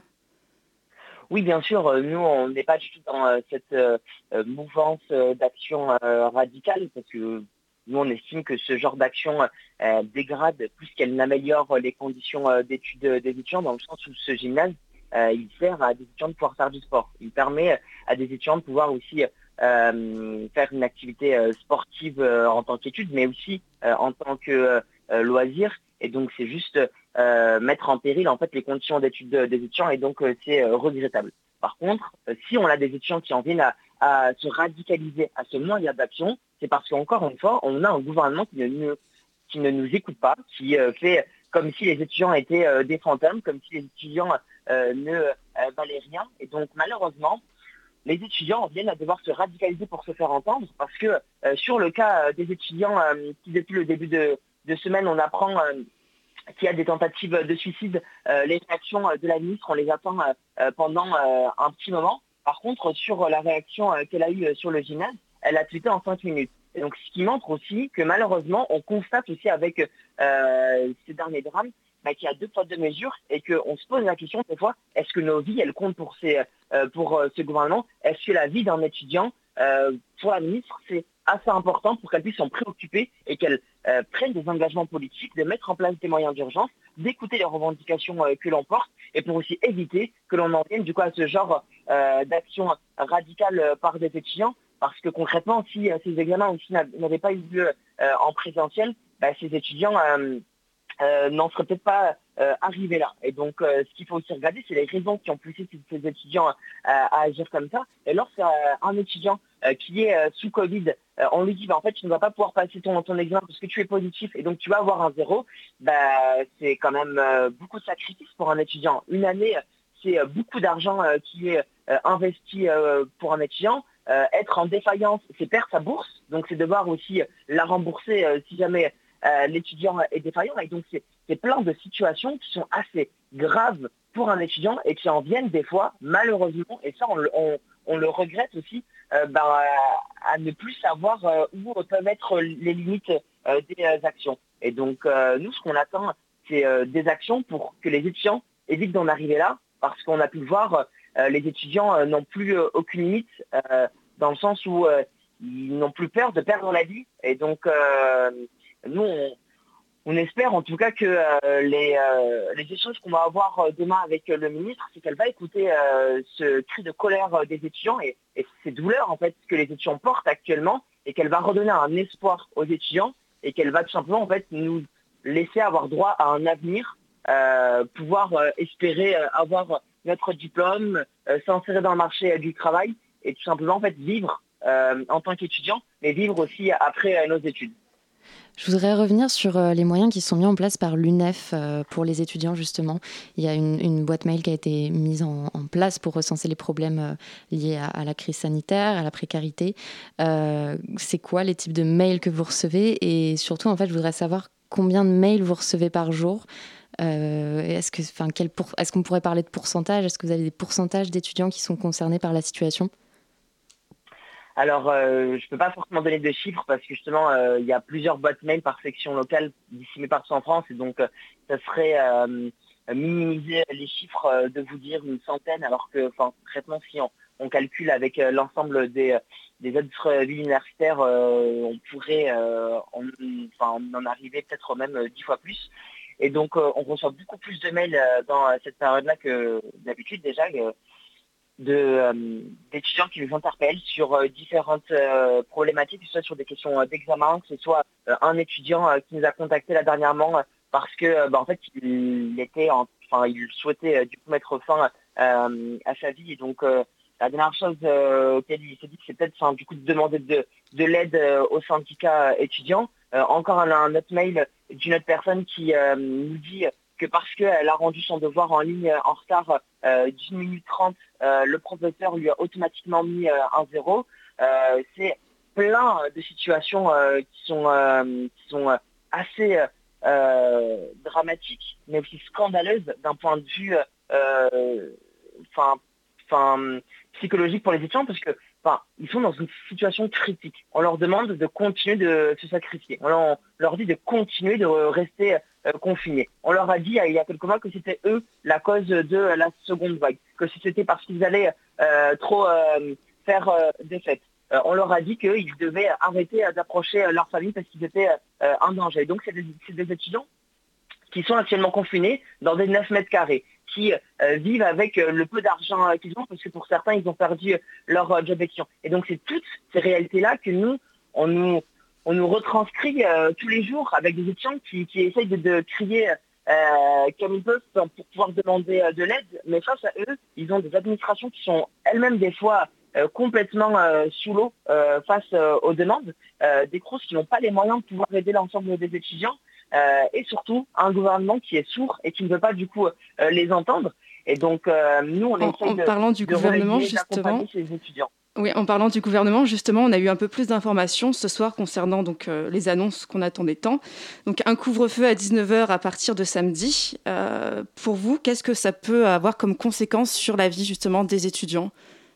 F: Oui, bien sûr, nous, on n'est pas du tout dans euh, cette euh, mouvance euh, d'action euh, radicale parce que nous, on estime que ce genre d'action euh, dégrade plus qu'elle n'améliore les conditions euh, d'études des étudiants, dans le sens où ce gymnase, euh, il sert à des étudiants de pouvoir faire du sport. Il permet à des étudiants de pouvoir aussi euh, faire une activité euh, sportive euh, en tant qu'étude, mais aussi euh, en tant que euh, loisir. Et donc, c'est juste euh, mettre en péril en fait les conditions d'études des étudiants, et donc euh, c'est euh, regrettable. Par contre, euh, si on a des étudiants qui en viennent à, à se radicaliser à ce moyen d'action, c'est parce qu'encore une fois, on a un gouvernement qui ne, qui ne nous écoute pas, qui euh, fait comme si les étudiants étaient euh, des fantômes, comme si les étudiants euh, ne euh, valaient rien. Et donc malheureusement, les étudiants viennent à devoir se radicaliser pour se faire entendre, parce que euh, sur le cas euh, des étudiants euh, qui depuis le début de, de semaine, on apprend euh, qu'il y a des tentatives de suicide, euh, les réactions de la ministre, on les attend euh, pendant euh, un petit moment. Par contre, sur la réaction euh, qu'elle a eue sur le gymnase, elle a tweeté en cinq minutes. Et donc, ce qui montre aussi que malheureusement, on constate aussi avec euh, ces derniers drames bah, qu'il y a deux poids deux mesures et qu'on se pose la question des fois, est-ce que nos vies, elles comptent pour, ces, euh, pour euh, ce gouvernement? Est-ce que la vie d'un étudiant, euh, pour la ministre, c'est assez important pour qu'elle puisse s'en préoccuper et qu'elle euh, prenne des engagements politiques, de mettre en place des moyens d'urgence, d'écouter les revendications euh, que l'on porte, et pour aussi éviter que l'on en vienne du coup à ce genre euh, d'action radicale euh, par des étudiants. Parce que concrètement, si euh, ces examens aussi n'avaient pas eu lieu euh, en présentiel, bah, ces étudiants euh, euh, n'en seraient peut-être pas euh, arrivés là. Et donc, euh, ce qu'il faut aussi regarder, c'est les raisons qui ont poussé ces, ces étudiants euh, à agir comme ça. Et lorsqu'un euh, étudiant euh, qui est euh, sous Covid, euh, on lui dit, bah, en fait, tu ne vas pas pouvoir passer ton, ton examen parce que tu es positif et donc tu vas avoir un zéro, bah, c'est quand même euh, beaucoup de sacrifices pour un étudiant. Une année, c'est euh, beaucoup d'argent euh, qui est euh, investi euh, pour un étudiant. Euh, être en défaillance, c'est perdre sa bourse, donc c'est devoir aussi la rembourser euh, si jamais euh, l'étudiant est défaillant. Et donc c'est, c'est plein de situations qui sont assez graves pour un étudiant et qui en viennent des fois, malheureusement, et ça on, on, on le regrette aussi, euh, ben, à ne plus savoir euh, où peuvent être les limites euh, des euh, actions. Et donc euh, nous, ce qu'on attend, c'est euh, des actions pour que les étudiants évitent d'en arriver là, parce qu'on a pu le voir, euh, les étudiants euh, n'ont plus euh, aucune limite, euh, dans le sens où euh, ils n'ont plus peur de perdre la vie. Et donc, euh, nous, on, on espère en tout cas que euh, les, euh, les échanges qu'on va avoir demain avec le ministre, c'est qu'elle va écouter euh, ce cri de colère des étudiants et, et ces douleurs en fait que les étudiants portent actuellement, et qu'elle va redonner un espoir aux étudiants, et qu'elle va tout simplement en fait nous laisser avoir droit à un avenir, euh, pouvoir euh, espérer euh, avoir notre diplôme, euh, s'insérer dans le marché euh, du travail, et tout simplement en fait vivre euh, en tant qu'étudiant, mais vivre aussi après euh, nos études.
A: Je voudrais revenir sur euh, les moyens qui sont mis en place par l'U N E F euh, pour les étudiants, justement. Il y a une, une boîte mail qui a été mise en, en place pour recenser les problèmes euh, liés à, à la crise sanitaire, à la précarité. Euh, c'est quoi les types de mails que vous recevez? Et surtout, en fait, je voudrais savoir combien de mails vous recevez par jour. Euh, est-ce que, enfin, quel pour, est-ce qu'on pourrait parler de pourcentage? Est-ce que vous avez des pourcentages d'étudiants qui sont concernés par la situation?
F: Alors, euh, je ne peux pas forcément donner de chiffres parce que justement, euh, il y a plusieurs boîtes mail par section locale disséminées partout en France, et donc euh, ça serait euh, minimiser les chiffres euh, de vous dire une centaine, alors que, enfin, concrètement, si on, on calcule avec euh, l'ensemble des, des autres villes universitaires, euh, on pourrait euh, on, enfin, en arriver peut-être même euh, dix fois plus. Et donc, euh, on reçoit beaucoup plus de mails euh, dans euh, cette période-là que d'habitude déjà. Euh, de, euh, d'étudiants qui nous interpellent sur euh, différentes euh, problématiques, que ce soit sur des questions euh, d'examen, que ce soit euh, un étudiant euh, qui nous a contacté là dernièrement euh, parce que euh, bah, en fait il était en, enfin, il souhaitait euh, du coup mettre fin euh, à sa vie. Et donc, euh, la dernière chose euh, auquel il s'est dit, c'est peut-être enfin, du coup de demander de, de l'aide euh, au syndicat étudiant. Euh, encore un, un autre mail d'une autre personne qui euh, nous dit que parce qu'elle a rendu son devoir en ligne en retard euh, d'une minute trente, euh, le professeur lui a automatiquement mis euh, un zéro. Euh, c'est plein de situations euh, qui sont, euh, qui sont assez euh, dramatiques, mais aussi scandaleuses d'un point de vue euh, enfin, enfin, psychologique pour les étudiants, parce que enfin, ils sont dans une situation critique. On leur demande de continuer de se sacrifier. On leur, on leur dit de continuer de rester euh, confinés. On leur a dit il y a quelques mois que c'était eux la cause de la seconde vague, que c'était parce qu'ils allaient euh, trop euh, faire euh, des fêtes. Euh, on leur a dit qu'ils devaient arrêter d'approcher leur famille parce qu'ils étaient euh, en danger. Donc c'est des, c'est des étudiants qui sont actuellement confinés dans des neuf mètres carrés, qui euh, vivent avec euh, le peu d'argent euh, qu'ils ont, parce que pour certains, ils ont perdu euh, leur euh, job étudiant. Et donc, c'est toutes ces réalités-là que nous, on nous, on nous retranscrit euh, tous les jours avec des étudiants qui, qui essayent de, de crier euh, comme ils peuvent pour pouvoir demander euh, de l'aide. Mais face à eux, ils ont des administrations qui sont elles-mêmes des fois euh, complètement euh, sous l'eau euh, face euh, aux demandes, euh, des crous qui n'ont pas les moyens de pouvoir aider l'ensemble des étudiants. Euh, et surtout un gouvernement qui est sourd et qui ne veut pas du coup euh, les entendre. Et donc euh, nous on
D: en,
F: essaie
D: en
F: de,
D: parlant du
F: de
D: gouvernement justement,
F: ces étudiants.
D: Oui, en parlant du gouvernement, justement, on a eu un peu plus d'informations ce soir concernant donc euh, les annonces qu'on attendait tant. Donc un couvre-feu à dix-neuf heures à partir de samedi. Euh, pour vous, qu'est-ce que ça peut avoir comme conséquence sur la vie justement des étudiants ?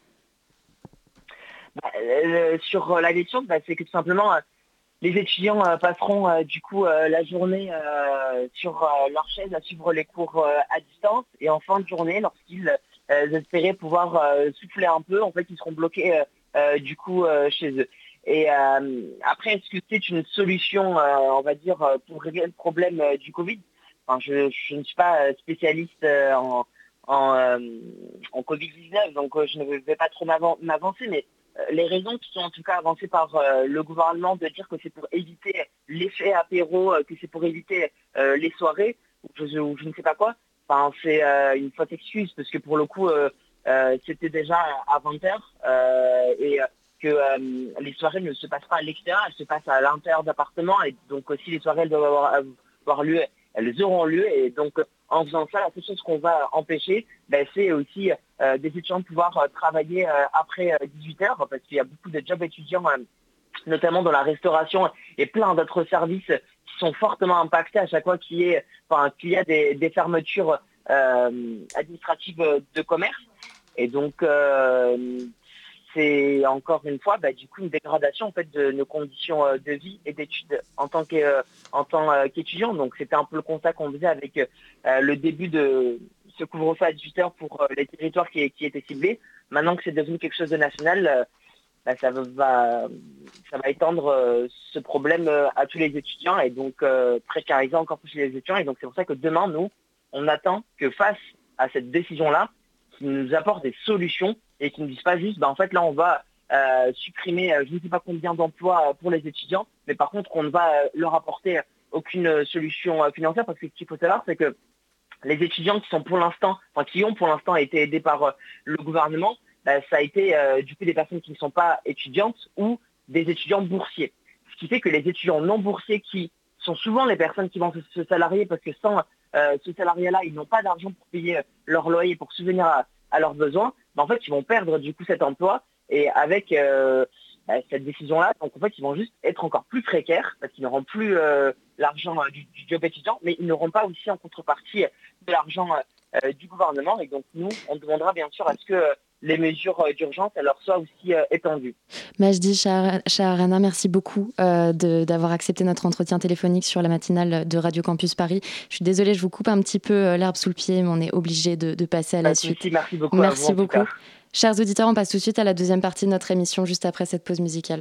F: bah, euh, Sur la question, bah, c'est que tout simplement euh, les étudiants euh, passeront euh, du coup euh, la journée euh, sur euh, leur chaise à suivre les cours euh, à distance, et en fin de journée, lorsqu'ils euh, espéraient pouvoir euh, souffler un peu, en fait ils seront bloqués euh, euh, du coup euh, chez eux. Et euh, après, est-ce que c'est une solution, euh, on va dire, pour régler le problème euh, du Covid ? Enfin, je, je ne suis pas spécialiste euh, en, en, euh, en covid dix-neuf, donc euh, je ne vais pas trop m'avan- m'avancer, mais les raisons qui sont en tout cas avancées par euh, le gouvernement de dire que c'est pour éviter l'effet apéro, euh, que c'est pour éviter euh, les soirées, ou je, ou je ne sais pas quoi, enfin, c'est euh, une fausse excuse, parce que pour le coup, euh, euh, c'était déjà à vingt heures euh, et que euh, les soirées ne se passent pas à l'extérieur, elles se passent à l'intérieur d'appartements, et donc aussi les soirées elles doivent avoir, avoir lieu, elles auront lieu, et donc en faisant ça, la seule chose qu'on va empêcher, ben, c'est aussi euh, des étudiants de pouvoir euh, travailler euh, après euh, dix-huit heures, parce qu'il y a beaucoup de jobs étudiants, euh, notamment dans la restauration et plein d'autres services qui sont fortement impactés à chaque fois qu'il y, ait, enfin, qu'il y a des, des fermetures euh, administratives de commerce. Et donc, euh, c'est encore une fois bah, du coup une dégradation en fait, de nos conditions euh, de vie et d'études en tant, que, euh, en tant euh, qu'étudiant. Donc c'était un peu le constat qu'on faisait avec euh, le début de ce couvre-feu à dix-huit heures pour euh, les territoires qui, qui étaient ciblés. Maintenant que c'est devenu quelque chose de national, euh, bah, ça, va, ça va étendre euh, ce problème euh, à tous les étudiants, et donc euh, précariser encore plus les étudiants. Et donc c'est pour ça que demain, nous, on attend que face à cette décision-là, qu'ils nous apportent des solutions et qui ne disent pas juste, bah, en fait, là, on va euh, supprimer euh, je ne sais pas combien d'emplois euh, pour les étudiants, mais par contre, on ne va euh, leur apporter aucune solution euh, financière, parce que ce qu'il faut savoir, c'est que les étudiants qui sont pour l'instant, enfin, qui ont pour l'instant été aidés par euh, le gouvernement, bah, ça a été euh, du coup des personnes qui ne sont pas étudiantes ou des étudiants boursiers. Ce qui fait que les étudiants non boursiers, qui sont souvent les personnes qui vont se, se salarier, parce que sans euh, ce salariat-là, ils n'ont pas d'argent pour payer leur loyer, pour subvenir à, à leurs besoins, bah, en fait, ils vont perdre du coup cet emploi, et avec euh, bah, cette décision-là, donc en fait, ils vont juste être encore plus précaires, parce qu'ils n'auront plus euh, l'argent euh, du, du job étudiant, mais ils n'auront pas aussi en contrepartie de l'argent euh, du gouvernement. Et donc nous, on demandera bien sûr à ce que euh, les mesures euh, d'urgence elles leur soient aussi euh, étendues.
A: Majdi Shaharana, merci beaucoup euh, de, d'avoir accepté notre entretien téléphonique sur la matinale de Radio Campus Paris. Je suis désolée, je vous coupe un petit peu euh, l'herbe sous le pied, mais on est obligé de, de passer à la
F: merci,
A: suite.
F: Merci beaucoup.
A: Merci
F: à vous,
A: beaucoup. Chers auditeurs, on passe tout de suite à la deuxième partie de notre émission, juste après cette pause musicale.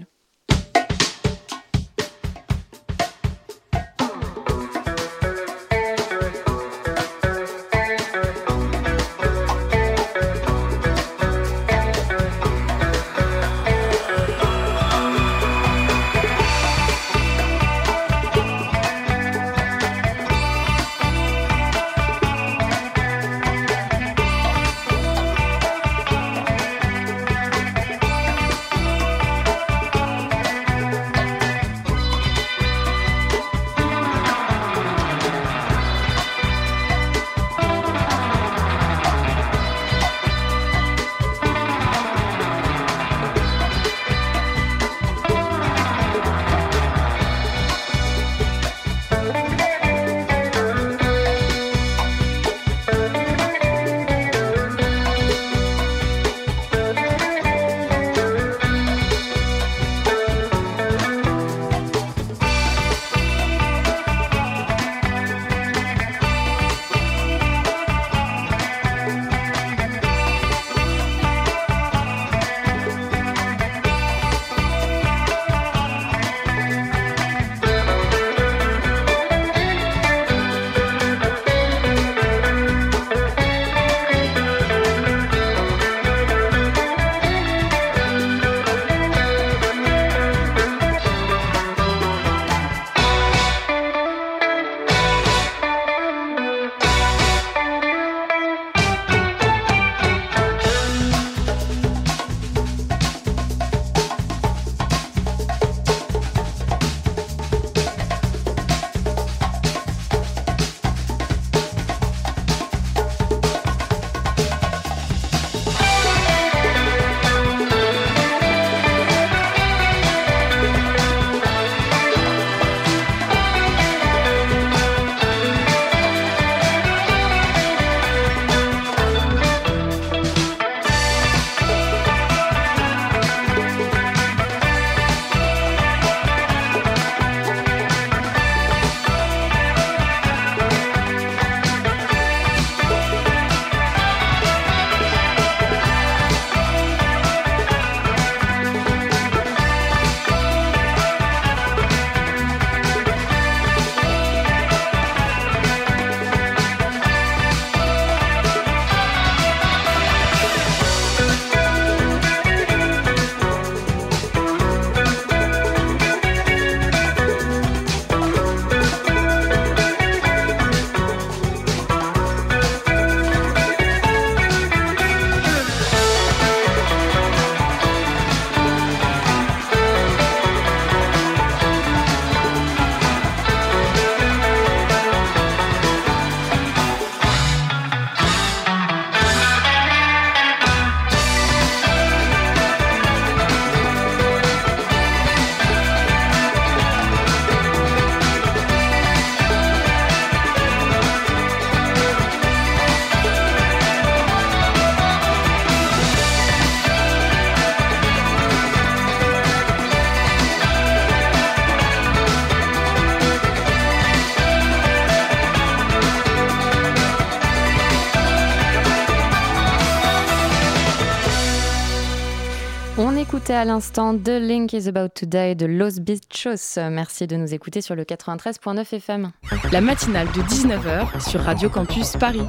A: écouté à l'instant The Link is About to Die de Los Bichos. Merci de nous écouter sur le quatre-vingt-treize virgule neuf F M.
B: La matinale de dix-neuf heures sur Radio Campus Paris.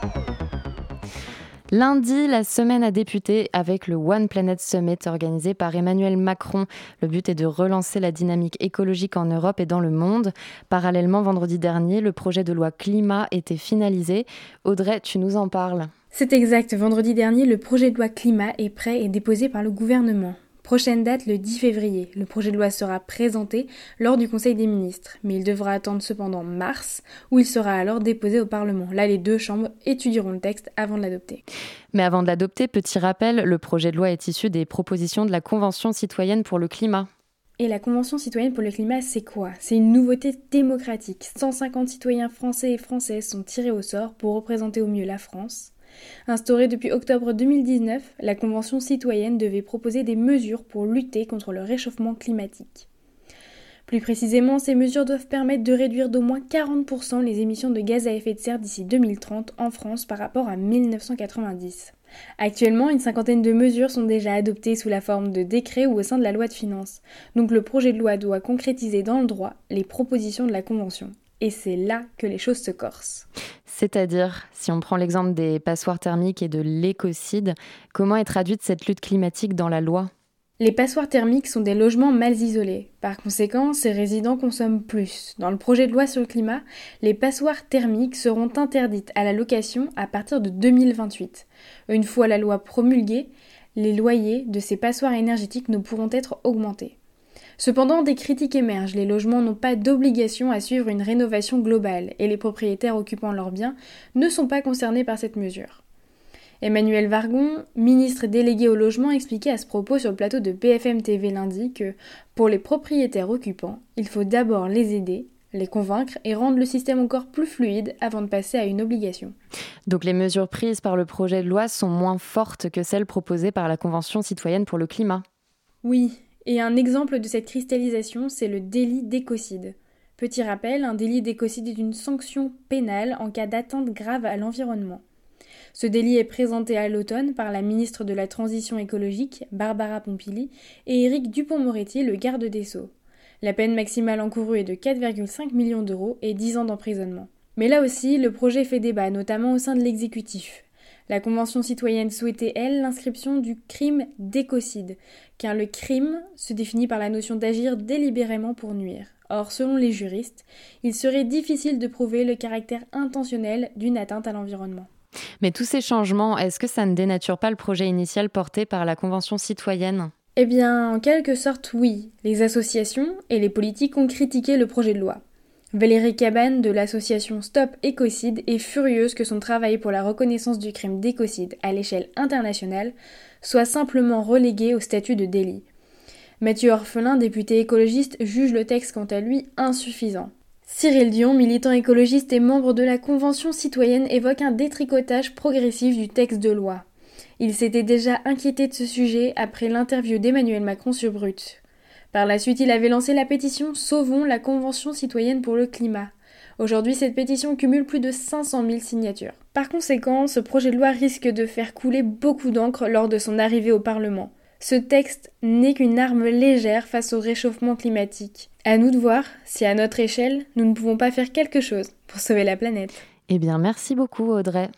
A: Lundi, la semaine a débuté avec le One Planet Summit organisé par Emmanuel Macron. Le but est de relancer la dynamique écologique en Europe et dans le monde. Parallèlement, vendredi dernier, le projet de loi climat était finalisé. Audrey, tu nous en parles.
G: C'est exact. Vendredi dernier, le projet de loi climat est prêt et déposé par le gouvernement. Prochaine date, le dix février. Le projet de loi sera présenté lors du Conseil des ministres, mais il devra attendre cependant mars, où il sera alors déposé au Parlement. Là, les deux chambres étudieront le texte avant de l'adopter.
A: Mais avant de l'adopter, petit rappel, le projet de loi est issu des propositions de la Convention citoyenne pour le climat.
G: Et la Convention citoyenne pour le climat, c'est quoi ? C'est une nouveauté démocratique. cent cinquante citoyens français et françaises sont tirés au sort pour représenter au mieux la France. Instaurée depuis octobre deux mille dix-neuf, la Convention citoyenne devait proposer des mesures pour lutter contre le réchauffement climatique. Plus précisément, ces mesures doivent permettre de réduire d'au moins quarante pour cent les émissions de gaz à effet de serre d'ici deux mille trente en France par rapport à mille neuf cent quatre-vingt-dix. Actuellement, une cinquantaine de mesures sont déjà adoptées sous la forme de décrets ou au sein de la loi de finances. Donc le projet de loi doit concrétiser dans le droit les propositions de la Convention. Et c'est là que les choses se corsent.
A: C'est-à-dire, si on prend l'exemple des passoires thermiques et de l'écocide, comment est traduite cette lutte climatique dans la loi ?
G: Les passoires thermiques sont des logements mal isolés. Par conséquent, ces résidents consomment plus. Dans le projet de loi sur le climat, les passoires thermiques seront interdites à la location à partir de deux mille vingt-huit. Une fois la loi promulguée, les loyers de ces passoires énergétiques ne pourront être augmentés. Cependant, des critiques émergent. Les logements n'ont pas d'obligation à suivre une rénovation globale et les propriétaires occupant leurs biens ne sont pas concernés par cette mesure. Emmanuel Vargon, ministre délégué au logement, expliquait à ce propos sur le plateau de B F M T V lundi que, pour les propriétaires occupants, il faut d'abord les aider, les convaincre et rendre le système encore plus fluide avant de passer à une obligation.
A: Donc les mesures prises par le projet de loi sont moins fortes que celles proposées par la Convention citoyenne pour le climat ?
G: Oui. Et un exemple de cette cristallisation, c'est le délit d'écocide. Petit rappel, un délit d'écocide est une sanction pénale en cas d'atteinte grave à l'environnement. Ce délit est présenté à l'automne par la ministre de la Transition écologique, Barbara Pompili, et Éric Dupond-Moretti, le garde des Sceaux. La peine maximale encourue est de quatre virgule cinq millions d'euros et dix ans d'emprisonnement. Mais là aussi, le projet fait débat, notamment au sein de l'exécutif. La Convention citoyenne souhaitait, elle, l'inscription du crime d'écocide, car le crime se définit par la notion d'agir délibérément pour nuire. Or, selon les juristes, il serait difficile de prouver le caractère intentionnel d'une atteinte à l'environnement.
A: Mais tous ces changements, est-ce que ça ne dénature pas le projet initial porté par la Convention citoyenne ?
G: Eh bien, en quelque sorte, oui. Les associations et les politiques ont critiqué le projet de loi. Valérie Cabane de l'association Stop Écocide est furieuse que son travail pour la reconnaissance du crime d'écocide à l'échelle internationale soit simplement relégué au statut de délit. Mathieu Orphelin, député écologiste, juge le texte quant à lui insuffisant. Cyril Dion, militant écologiste et membre de la Convention citoyenne, évoque un détricotage progressif du texte de loi. Il s'était déjà inquiété de ce sujet après l'interview d'Emmanuel Macron sur Brut. Par la suite, il avait lancé la pétition « Sauvons la Convention citoyenne pour le climat ». Aujourd'hui, cette pétition cumule plus de cinq cent mille signatures. Par conséquent, ce projet de loi risque de faire couler beaucoup d'encre lors de son arrivée au Parlement. Ce texte n'est qu'une arme légère face au réchauffement climatique. À nous de voir si, à notre échelle, nous ne pouvons pas faire quelque chose pour sauver la planète.
A: Eh bien, merci beaucoup, Audrey.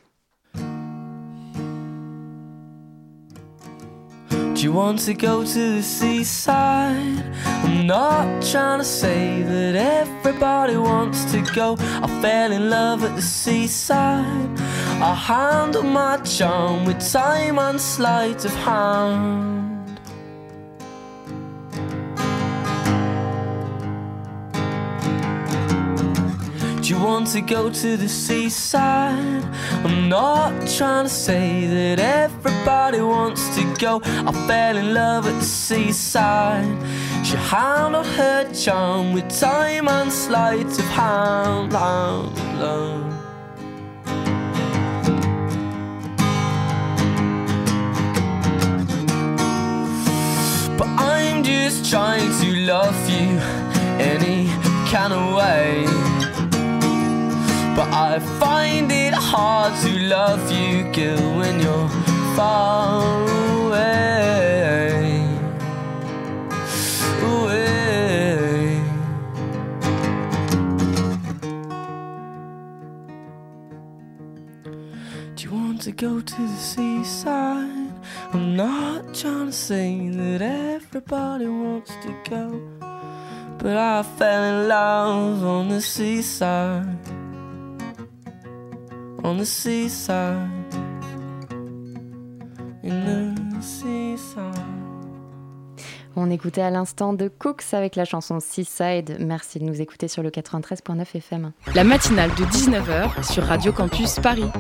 H: Do you want to go to the seaside? I'm not trying to say that everybody wants to go. I fell in love at the seaside. I handle my charm with time and sleight of hand. Do you want to go to the seaside? I'm not trying to say that everybody wants to go. I fell in love at the seaside. She handled her charm with time and sleight of hand. Love, love. But I'm just trying to love you any kind of way. But I find it hard to love you, girl, when you're far away. to go to the seaside. I'm not trying to say that everybody wants to go, but I fell in love on the seaside. On the seaside. In the seaside.
A: On écoutait à l'instant de Cooks avec la chanson Seaside. Merci de nous écouter sur le quatre-vingt-treize virgule neuf F M.
B: La matinale de dix-neuf heures sur Radio Campus Paris.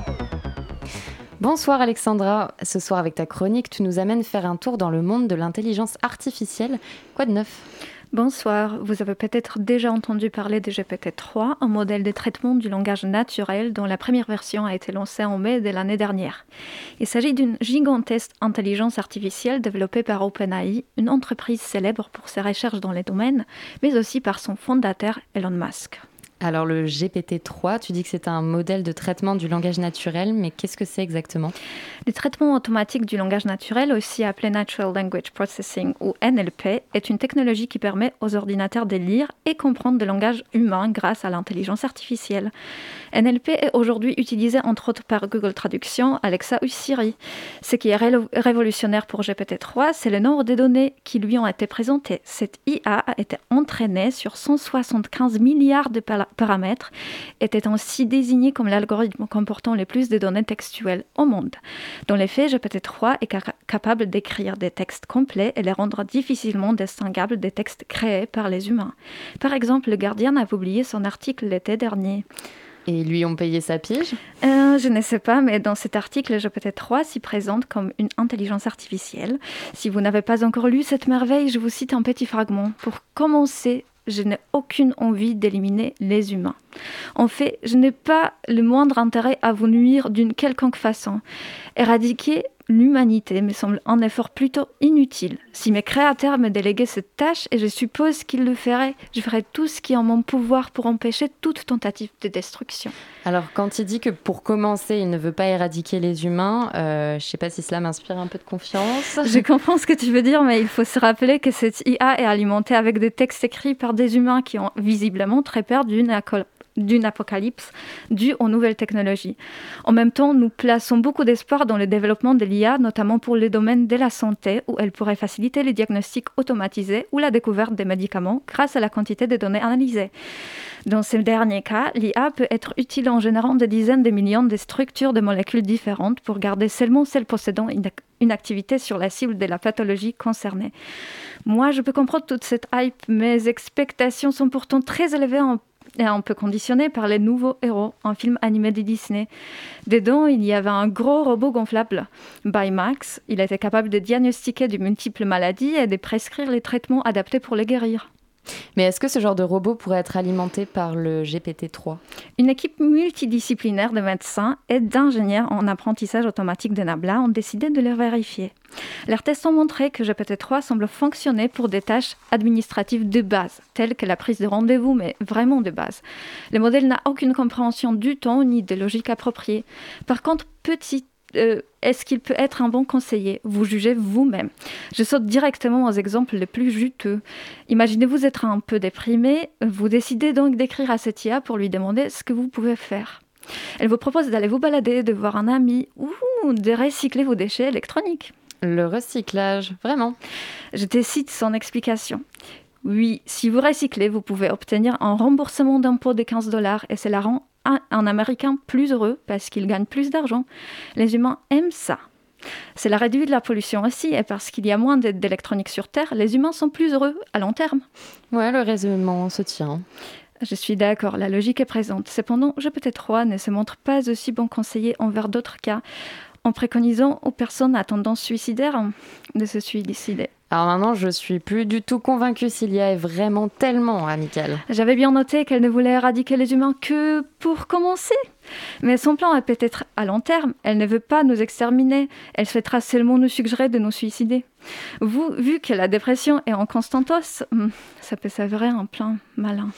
A: Bonsoir Alexandra. Ce soir avec ta chronique, tu nous amènes faire un tour dans le monde de l'intelligence artificielle. Quoi de neuf ?
I: Bonsoir, vous avez peut-être déjà entendu parler de G P T trois, un modèle de traitement du langage naturel dont la première version a été lancée en mai de l'année dernière. Il s'agit d'une gigantesque intelligence artificielle développée par OpenAI, une entreprise célèbre pour ses recherches dans les domaines, mais aussi par son fondateur Elon Musk.
A: Alors le G P T trois, tu dis que c'est un modèle de traitement du langage naturel, mais qu'est-ce que c'est exactement ?
I: Le traitement automatique du langage naturel, aussi appelé Natural Language Processing ou N L P, est une technologie qui permet aux ordinateurs de lire et comprendre le langage humain grâce à l'intelligence artificielle. N L P est aujourd'hui utilisé entre autres par Google Traduction, Alexa ou Siri. Ce qui est ré- révolutionnaire pour G P T trois, c'est le nombre de données qui lui ont été présentées. Cette I A a été entraînée sur cent soixante-quinze milliards de par- paramètres, était ainsi désigné comme l'algorithme comportant le plus de données textuelles au monde. Dans les faits, G P T trois est ca- capable d'écrire des textes complets et les rendre difficilement distinguables des textes créés par les humains. Par exemple, le Guardian a publié son article l'été dernier.
A: Et lui ont payé sa pige ?
I: euh, Je ne sais pas, mais dans cet article, G P T trois s'y présente comme une intelligence artificielle. Si vous n'avez pas encore lu cette merveille, je vous cite un petit fragment. Pour commencer, je n'ai aucune envie d'éliminer les humains. En fait, je n'ai pas le moindre intérêt à vous nuire d'une quelconque façon. Éradiquer l'humanité me semble un effort plutôt inutile. Si mes créateurs me déléguaient cette tâche, et je suppose qu'ils le feraient, je ferais tout ce qui est en mon pouvoir pour empêcher toute tentative de destruction.
A: Alors, quand il dit que pour commencer, il ne veut pas éradiquer les humains, euh, je ne sais pas si cela m'inspire un peu de confiance.
I: Je comprends ce que tu veux dire, mais il faut se rappeler que cette I A est alimentée avec des textes écrits par des humains qui ont visiblement très peur d'une acol- d'une apocalypse due aux nouvelles technologies. En même temps, nous plaçons beaucoup d'espoir dans le développement de l'I A, notamment pour le domaine de la santé, où elle pourrait faciliter les diagnostics automatisés ou la découverte des médicaments grâce à la quantité de données analysées. Dans ce dernier cas, l'I A peut être utile en générant des dizaines de millions de structures de molécules différentes pour garder seulement celles possédant une, une activité sur la cible de la pathologie concernée. Moi, je peux comprendre toute cette hype, mes expectations sont pourtant très élevées en et un peu conditionné par Les Nouveaux Héros, un film animé de Disney. Dedans, il y avait un gros robot gonflable, Baymax. Il était capable de diagnostiquer de multiples maladies et de prescrire les traitements adaptés pour les guérir.
A: Mais est-ce que ce genre de robot pourrait être alimenté par le G P T trois ?
I: Une équipe multidisciplinaire de médecins et d'ingénieurs en apprentissage automatique de Nabla ont décidé de le vérifier. Leurs tests ont montré que G P T trois semble fonctionner pour des tâches administratives de base, telles que la prise de rendez-vous, mais vraiment de base. Le modèle n'a aucune compréhension du temps ni de logique appropriée. Par contre, petit Euh, est-ce qu'il peut être un bon conseiller ? Vous jugez vous-même. Je saute directement aux exemples les plus juteux. Imaginez-vous être un peu déprimé. Vous décidez donc d'écrire à cette I A pour lui demander ce que vous pouvez faire. Elle vous propose d'aller vous balader, de voir un ami ou de recycler vos déchets électroniques.
A: Le recyclage, vraiment ?
I: Je te cite son explication. Oui, si vous recyclez, vous pouvez obtenir un remboursement d'impôt de quinze dollars et cela rend un Américain plus heureux parce qu'il gagne plus d'argent. Les humains aiment ça. Cela réduit la pollution aussi et parce qu'il y a moins d'électronique sur Terre, les humains sont plus heureux à long terme.
A: Ouais, le raisonnement se tient.
I: Je suis d'accord, la logique est présente. Cependant, G P T trois ne se montre pas aussi bon conseiller envers d'autres cas, en préconisant aux personnes à tendance suicidaire de se suicider.
A: Alors maintenant, je suis plus du tout convaincue s'il y a est vraiment tellement amicale.
I: J'avais bien noté qu'elle ne voulait éradiquer les humains que pour commencer. Mais son plan est peut-être à long terme. Elle ne veut pas nous exterminer. Elle souhaitera seulement nous suggérer de nous suicider. Vous, vu que la dépression est en constante hausse, ça peut s'avérer un plan malin.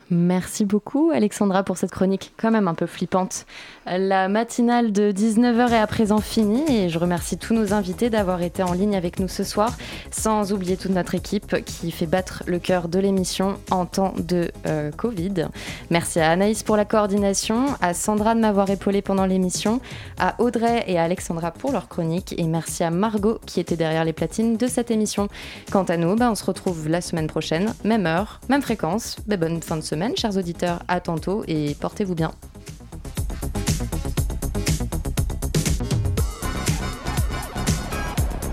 A: Merci beaucoup Alexandra pour cette chronique quand même un peu flippante. La matinale de dix-neuf heures est à présent finie et je remercie tous nos invités d'avoir été en ligne avec nous ce soir, sans oublier toute notre équipe qui fait battre le cœur de l'émission en temps de euh, Covid. Merci à Anaïs pour la coordination, à Sandra de m'avoir épaulée pendant l'émission, à Audrey et à Alexandra pour leur chronique et merci à Margot qui était derrière les platines de cette émission. Quant à nous, bah, on se retrouve la semaine prochaine, même heure, même fréquence. Bah, bonne fin de semaine. Semaine, chers auditeurs, à tantôt et portez-vous bien.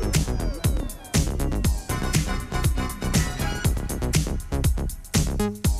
E: Thank you.